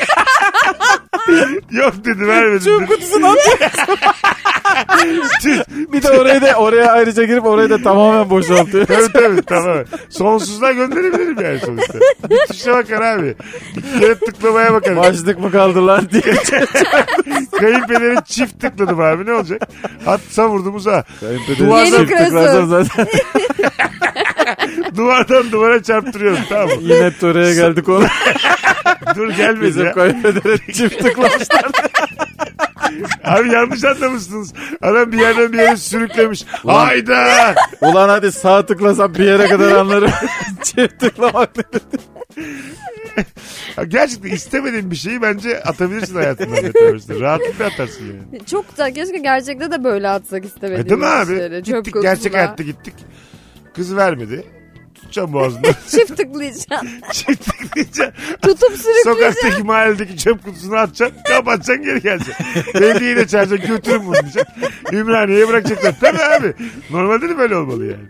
Yok dedi vermedim dedi. Kutusunu atıyorsun. Bir de oraya ayrıca girip orayı da tamamen boşaltıyor. Tabii tamam. Sonsuzluğa gönderebilirim yani sonuçta. Bir tuşa bakar abi. Bir kere tıklamaya bakar. Başlık mı kaldı lan diye. Kayınpederim çift tıkladım abi ne olacak? At savurdum uzağa. Kayınpederim Duvarda- çift tıklarsan zaten. Duvardan duvara çarptırıyorum, tamam mı? Yine oraya geldik onu. Dur gelmedi Bizim ya. kaybederek çift tıklamışlar. Abi yanlış anlamışsınız. Adam bir yerden bir yere sürüklemiş. Hayda. Ulan hadi sağ tıklasam bir yere kadar anlarım. Çift tıklamak ne? Gerçekten istemediğin bir şeyi bence atabilirsin hayatından. Metaverse'de. Rahatlıkla atarsın yani. Çok da keşke gerçekte de böyle atsak istemediğimiz Değil mi abi? işleri. Çöp Gittik, kutusuna. gerçek hayatta gittik. Kız vermedi. Tutacağım boğazından. Çift tıklayacaksın. Çift tıklayacaksın. Tutup sürükleyeceksin. Sokaktaki mahalledeki çöp kutusuna atacaksın. Kapatacaksın, geri geleceksin. Belediyeyi de çağıracaksın. Götürün bunu diyeceksin. Ümraniye'ye bırakacaklar. Tabii abi. Normalde de böyle olmalı yani.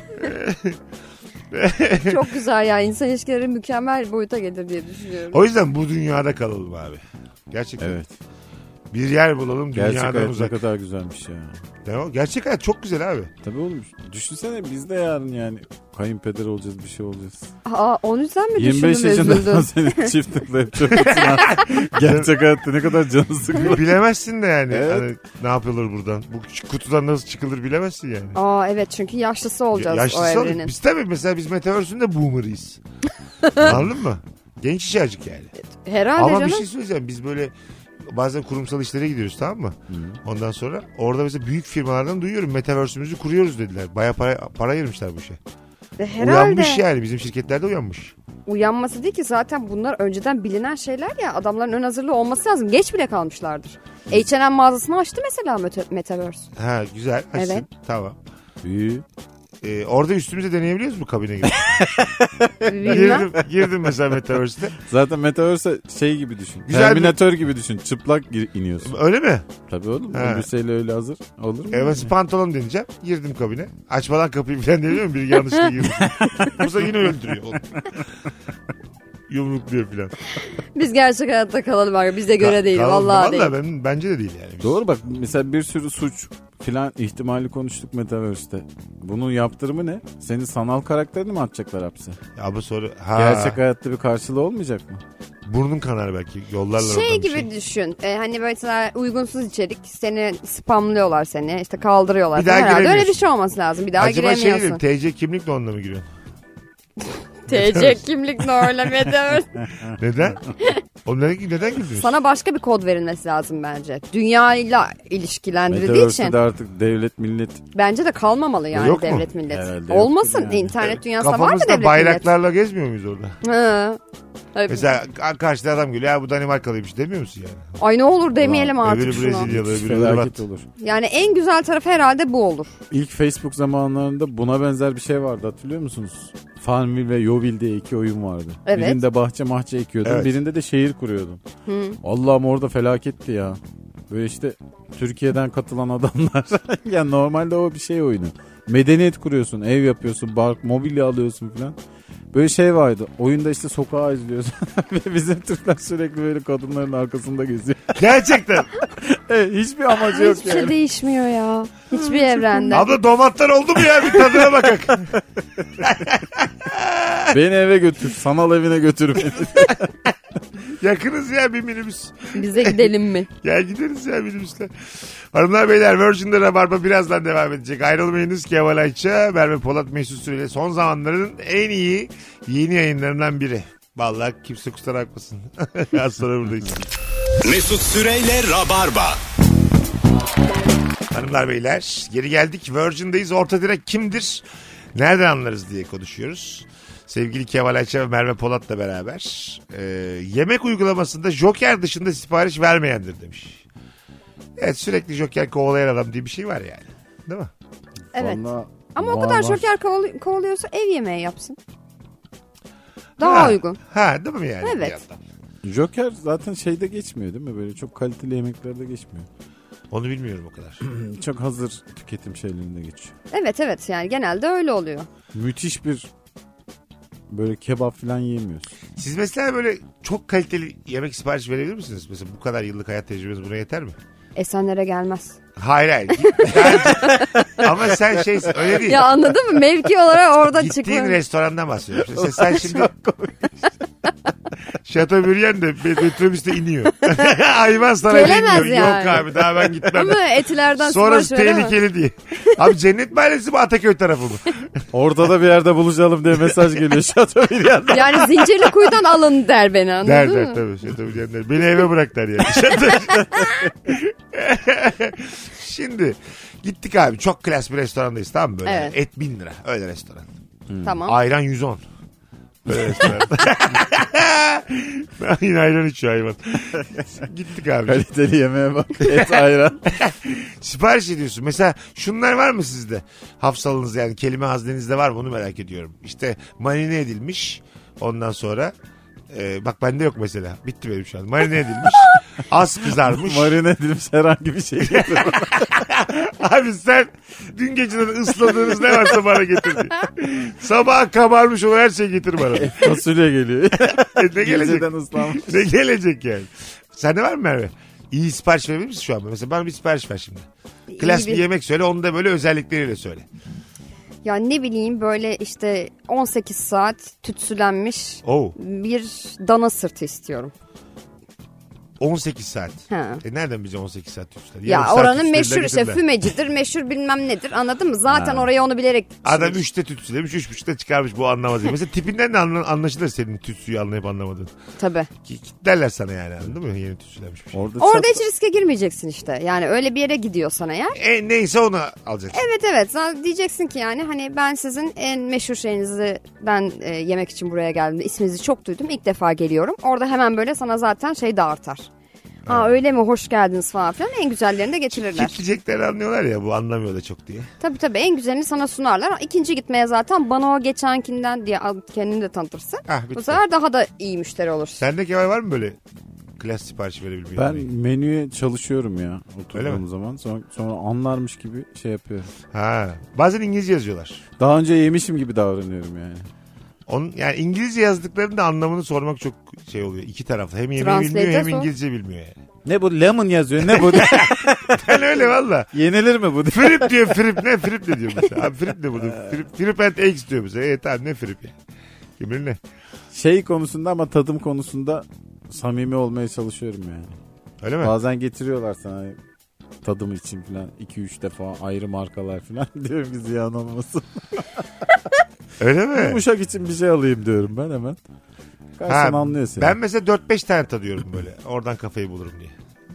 Çok güzel ya. İnsan ilişkileri mükemmel boyuta gelir diye düşünüyorum. O yüzden bu dünyada kalalım abi. Gerçekten. Evet. Bir yer bulalım Gerçek dünyadan hayat uzak. ne kadar güzelmiş ya. Ne o? Gerçek hayat çok güzel abi. Tabii oğlum. Düşünsene biz de yarın yani kayınpeder olacağız, bir şey olacağız. Aa, o yüzden mi 25 düşündün, yaşında üzüldün? seni çift tıklayıp çöpüsün. Gerçek hayatta ne kadar canı sıkılır. Bilemezsin de yani. Evet. Hani ne yapıyorlar buradan? Bu kutudan nasıl çıkılır bilemezsin yani. Aa evet, çünkü yaşlısı olacağız o Yaşlısı olur. evrenin. Biz tabii mesela biz Metaverse'ün de boomer'ıyız. Anladın mı? Genç işacık yani. Herhalde Ama canım. bir şey söyleyeceğim. Biz böyle bazen kurumsal işlere gidiyoruz, tamam mı? Ondan sonra orada mesela büyük firmalardan duyuyorum, Metaverse'ümüzü kuruyoruz dediler. Baya para ayırmışlar bu işe. Herhalde. Uyanmış yani, bizim şirketlerde uyanmış. Uyanması değil ki, zaten bunlar önceden bilinen şeyler ya, adamların ön hazırlığı olması lazım. Geç bile kalmışlardır. H&M mağazasını açtı mesela Metaverse. Ha güzel, açsın. Evet. Tamam. İyi. Orada üstümüze deneyebiliyoruz mu kabine girip? Bilmem. girdim mesela Metaverse'de. Zaten Metaverse şey gibi düşün. Güzel Terminator gibi düşün. Çıplak iniyorsun. Öyle mi? Tabii oğlum. Ha. Elbiseyle öyle hazır. Olur mu? Evet, pantolon deneyeceğim. Girdim kabine. Açmadan kapıyı falan deniyor mu? Biri yanlışlıkla girdi. Bu sefer yine öldürüyor. Yumrukluyor falan. Biz gerçek hayatta kalalım abi. Bize göre değil. Kalalım. Vallahi değil. Bence de değil yani. Doğru bak, mesela bir sürü suç filan ihtimali konuştuk Metaverse'te. Bunun yaptırımı ne? Senin sanal karakterini mi atacaklar hapse? Ya bu soru... Gerçek hayatta bir karşılığı olmayacak mı? Burnun kanar belki. Yollarlar Şey oradan bir gibi düşün. Hani mesela uygunsuz içerik, seni spamlıyorlar, seni işte kaldırıyorlar. Bir daha Herhalde öyle giremiyorsun. bir şey olması lazım. Bir daha Acaba şey giremiyorsun. dedim, TC kimlikle onunla mı giriyorsun? TC kimlik ne öyle Metaverse? Neden? Neden girdiniz? Sana başka bir kod verilmesi lazım bence. Dünyayla ilişkilendirildiği Metaverse'de şey. için. de artık devlet millet Bence de kalmamalı yani Yok mu? devlet millet. Herhalde Olmasın. yoktur yani. İnternet dünyasında var mı Kafamızda devlet bayraklarla gezmiyor muyuz orada? millet? Hı. Tabii. Mesela karşıda adam geliyor, ya bu Danimarkalıymış demiyor musun yani? Ay ne olur demeyelim artık Öbürü şunu. Brezilyalı, öbürü felaket Hırvat. olur. Yani en güzel tarafı herhalde bu olur. İlk Facebook zamanlarında buna benzer bir şey vardı, hatırlıyor musunuz? Farmville ve Yoville diye iki oyun vardı. Evet. Birinde bahçe mahçe ekiyordun, Evet. birinde de şehir kuruyordun. Allah'ım orada felaketti ya. Böyle işte Türkiye'den katılan adamlar. Ya normalde o bir şey oyunu. Medeniyet kuruyorsun, ev yapıyorsun, bark, mobilya alıyorsun falan. Böyle şey vardı. Oyunda işte sokağa izliyorsun. Ve bizim Türkler sürekli böyle kadınların arkasında geziyor. Gerçekten. Evet, hiçbir amacı yok Hiçbir şey yani. değişmiyor ya. Hiçbir evrende. Abla domatlar oldu mu ya? Bir tadına bakak. Beni eve götür. Sanal evine götür beni. Yakınız ya bir minibüs. Bize gidelim mi? Gel gideriz ya minibüsle. Hanımlar beyler, Virgin'de Rabarba birazdan devam edecek. Ayrılmayınız. Kemal Ayça, Merve Polat, Mesut Süreyle son zamanların en iyi yeni yayınlarından biri. Vallahi kimse kusura bakmasın. Az sonra buradayız. Mesut Süreyle Rabarba. Hanımlar beyler, geri geldik. Virgin'deyiz. Orta direk kimdir? Nereden anlarız diye konuşuyoruz. Sevgili Kemal Ayça ve Merve Polat'la beraber. Yemek uygulamasında Joker dışında sipariş vermeyendir demiş. Evet, sürekli Joker kovalayan adam diye bir şey var yani. Değil mi? Evet. Vallahi Ama o var, kadar var. şoker kovalıyorsa ev yemeği yapsın. Daha uygun. Ha, değil mi yani? Evet. bir yandan? Joker zaten şeyde geçmiyor değil mi? Böyle çok kaliteli yemeklerde geçmiyor. Onu bilmiyorum o kadar. Çok hazır tüketim şeylerinde geçiyor. Evet yani genelde öyle oluyor. Müthiş bir böyle kebap falan yiyemiyorsun. Siz mesela böyle çok kaliteli yemek sipariş verebilir misiniz? Mesela bu kadar yıllık hayat tecrübeniz buna yeter mi? Esenlere gelmez. Hayır. Yani, ama sen şeysin, öyle değil. Ya anladın mı? Mevki olarak oradan Gittiğin çıkıyor. restorandan bahsediyorum. Sen şimdi Şatöbriyen de metrobüste iniyor. Hayvan sana Gelemez iniyor. yani. Yok abi daha ben gitmem. Ama Etiler'den Sonrası sipariş veremem. tehlikeli diye. Abi Cennet Mahallesi mi Ataköy tarafı mı? Orada bir yerde buluşalım diye mesaj geliyor Şatöbriyen'den. Yani Zincirlikuyu'dan alın der beni, anladın Der mı? tabii. Şatöbriyen der. Beni eve bırak der yani. Şimdi gittik abi. Çok klas bir restorandayız, tamam mı? Böyle Evet. et 1000 lira. Öyle restoran. Tamam. Ayran 110. Böyle restoran. Yine ayran içiyor hayvan. Gittik abi. Kaliteli yemeğe bak. Et ayran. Sipariş ediyorsun. Mesela şunlar var mı sizde? Hafsalınız yani kelime haznenizde var mı? Bunu merak ediyorum. İşte marine edilmiş. Ondan sonra bak bende yok mesela. Bitti benim şu an. Marine edilmiş. Az kızarmış. Marine edilmiş herhangi bir şey getir. Abi sen dün geceden ısladığınız ne varsa bana getir diye. Sabah kabarmış olan her şeyi getir bana. Fasulye geliyor. Ne gelecek? Geceden ıslanmış. Ne gelecek yani? Sende var mı Merve? İyi sipariş verebilir misin şu an? Mesela bana bir sipariş ver şimdi. Klas bir yemek söyle, onu da böyle özellikleriyle söyle. Ya ne bileyim, böyle işte 18 saat tütsülenmiş Oo. bir dana sırtı istiyorum. 18 saat. Ha. Nereden bize 18 saat tütsüler? Ya oranın meşhur işte fümecidir, meşhur bilmem nedir, anladın mı? Zaten oraya onu bilerek Adam pişirmiş. 3'te tütsülemiş, 3.5'te çıkarmış, bu anlamaz diye. Mesela tipinden de anlaşılır senin tütsüyü anlayıp anlamadığın. Tabii. Kitlerler sana yani, anladın mı? Yeni tütsülenmiş bir şey. Orada hiç riske girmeyeceksin işte. Yani öyle bir yere gidiyorsan eğer. Neyse onu alacaksın. Evet. Zaten diyeceksin ki yani hani ben sizin en meşhur şeyinizi ben yemek için buraya geldim. İsminizi çok duydum. İlk defa geliyorum. Orada hemen böyle sana zaten şey de artar. Aa öyle mi, hoş geldiniz falan filan, en güzellerini de getirirler. Kitleyeceklerini anlıyorlar ya, bu anlamıyor da çok diye. Tabii en güzelini sana sunarlar. İkinci gitmeye zaten bana o geçenkinden diye kendini de tanıtırsın. Bitti. Bu sefer daha da iyi müşteri olursun. Sende Kemal var mı böyle klas sipariş verebilmeyi? Ben menüye çalışıyorum ya Öyle oturduğum mi? zaman. Sonra anlarmış gibi şey yapıyorum. Bazen İngilizce yazıyorlar. Daha önce yemişim gibi davranıyorum yani. Yani İngilizce yazdıklarının da anlamını sormak çok şey oluyor. İki tarafta. Hem yemeği bilmiyor hem İngilizce bilmiyor yani. Ne bu, lemon yazıyor, ne bu? Ben öyle valla. Yenilir mi bu? Frip diyor, frip ne? Frip ne diyor mesela? Abi frip ne burada? Frip and eggs diyor mesela. Tamam, ne frip ya? Kim bilir ne? Şey konusunda ama tadım konusunda samimi olmaya çalışıyorum yani. Öyle mi? Bazen getiriyorlar sana tadım için falan 2-3 defa ayrı markalar falan. Diyorum ki ziyan olmasın. Öyle mi? Yumuşak için bir şey alayım diyorum ben hemen. Karşısına anlıyor seni. Ben mesela 4-5 tane tadıyorum böyle. Oradan kafayı bulurum diye.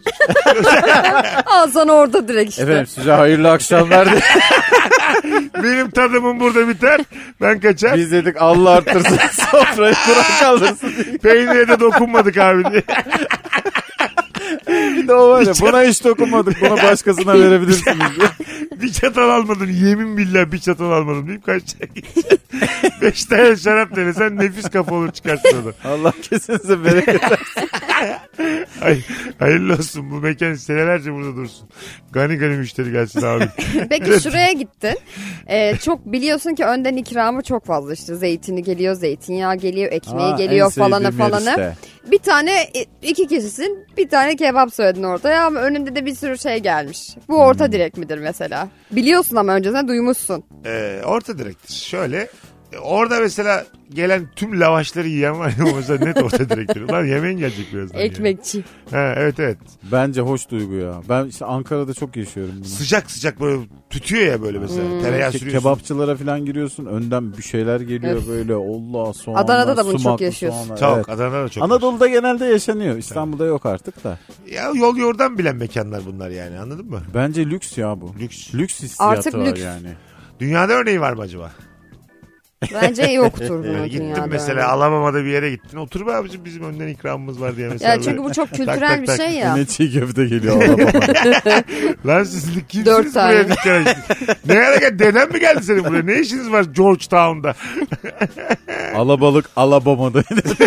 Al sana orada direkt işte. Efendim size hayırlı akşamlar diye. Benim tadımım burada biter. Ben kaçar. Biz dedik Allah arttırsın sofrayı kurak kaldırsın diye. Peynire de dokunmadık abi diye. Bir de o var ya, buna hiç dokunmadık, bunu başkasına verebilirsiniz diye. Bir çatal almadın, yemin billah bir çatal almadım deyip kaçacak. 5 tane şarap denesen nefis kafa olur, çıkarsın oradan. Allah kesinize bereket versin. Hayırlı olsun, bu mekan senelerce burada dursun. Gani müşteri gelsin abi. Peki şuraya gittin. Çok biliyorsun ki önden ikramı çok fazla, işte zeytini geliyor, zeytinyağı geliyor, ekmeği geliyor falanı. Işte. Bir tane 2 kişisin, bir tane kebap söyledin ortaya ama önünde de bir sürü şey gelmiş. Bu orta direk midir mesela? Biliyorsun ama önceden duymuşsun. Orta direktir. Şöyle orada mesela gelen tüm lavaşları yiyen var ya, mesela net orta direktir. Lan yemeğin gelecek birazdan. Ekmekçi. Yani. Evet. Bence hoş duygu ya. Ben işte Ankara'da çok yaşıyorum bunu. Sıcak böyle tütüyor ya böyle mesela. Tereyağı sürüyorsun. Kebapçılara falan giriyorsun. Önden bir şeyler geliyor böyle. Allah soğanlar. Adana'da da bunu çok yaşıyorsun. Çok. Evet. Adana'da da çok. Anadolu'da genelde yaşanıyor. İstanbul'da yok artık da. Ya yol yordan bilen mekanlar bunlar yani, anladın mı? Bence lüks ya bu. Lüks. Lüks hissiyatı Artık var lüks. yani. Dünyada örneği var mı acaba? Bence yoktur bunu Gittin dünyada. mesela Alabama'da bir yere gittin. Otur be abicim, bizim önden ikramımız var diye mesela. Ya çünkü bu çok kültürel bir şey ya. Yine çiğ köfte geliyor Alabama'da. Lan siz kimsiniz 4 buraya tane. dükkana? Ne ara gel? Deden mi geldi senin buraya? Ne işiniz var Georgetown'da? Alabalık Alabama'da.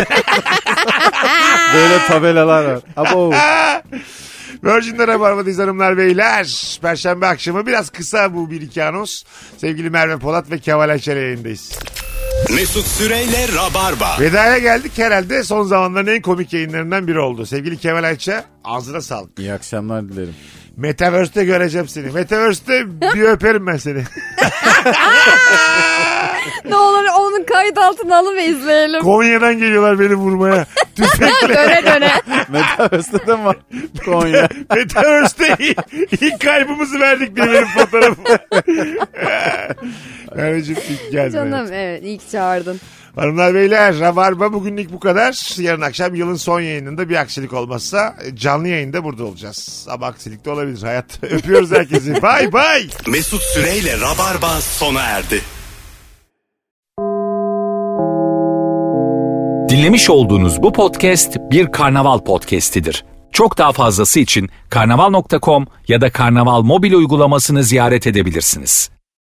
Böyle tabelalar var. Abo. Virgin'de Rabarba'dayız hanımlar beyler. Perşembe akşamı biraz kısa bu 1-2 anons. Sevgili Merve Polat ve Kemal Ayça'yla yayındayız. Mesut Süreyle Rabarba. Vedaya geldik, herhalde son zamanların en komik yayınlarından biri oldu. Sevgili Kemal Ayça, ağzına sağlık. İyi akşamlar dilerim. Metaverse'te göreceğim seni. Metaverse'te bir öperim ben seni. Ne olur onun kayıt altına alın ve izleyelim. Konya'dan geliyorlar beni vurmaya. Tüfekle. Döne döne. Metaverse'de de var Konya. Metaverse'te ilk kaybımızı verdik diye benim fotoğrafım. Merveciğim ilk geldin. Canım evet iyi ki çağırdın. Hanımlar beyler Rabarba bugünlük bu kadar. Yarın akşam yılın son yayınında bir aksilik olmazsa canlı yayında burada olacağız. Ama aksilik de olabilir hayat. Öpüyoruz herkesi. Bay bay. Mesut Süreyle Rabarba sona erdi. Dinlemiş olduğunuz bu podcast bir karnaval podcastidir. Çok daha fazlası için karnaval.com ya da karnaval mobil uygulamasını ziyaret edebilirsiniz.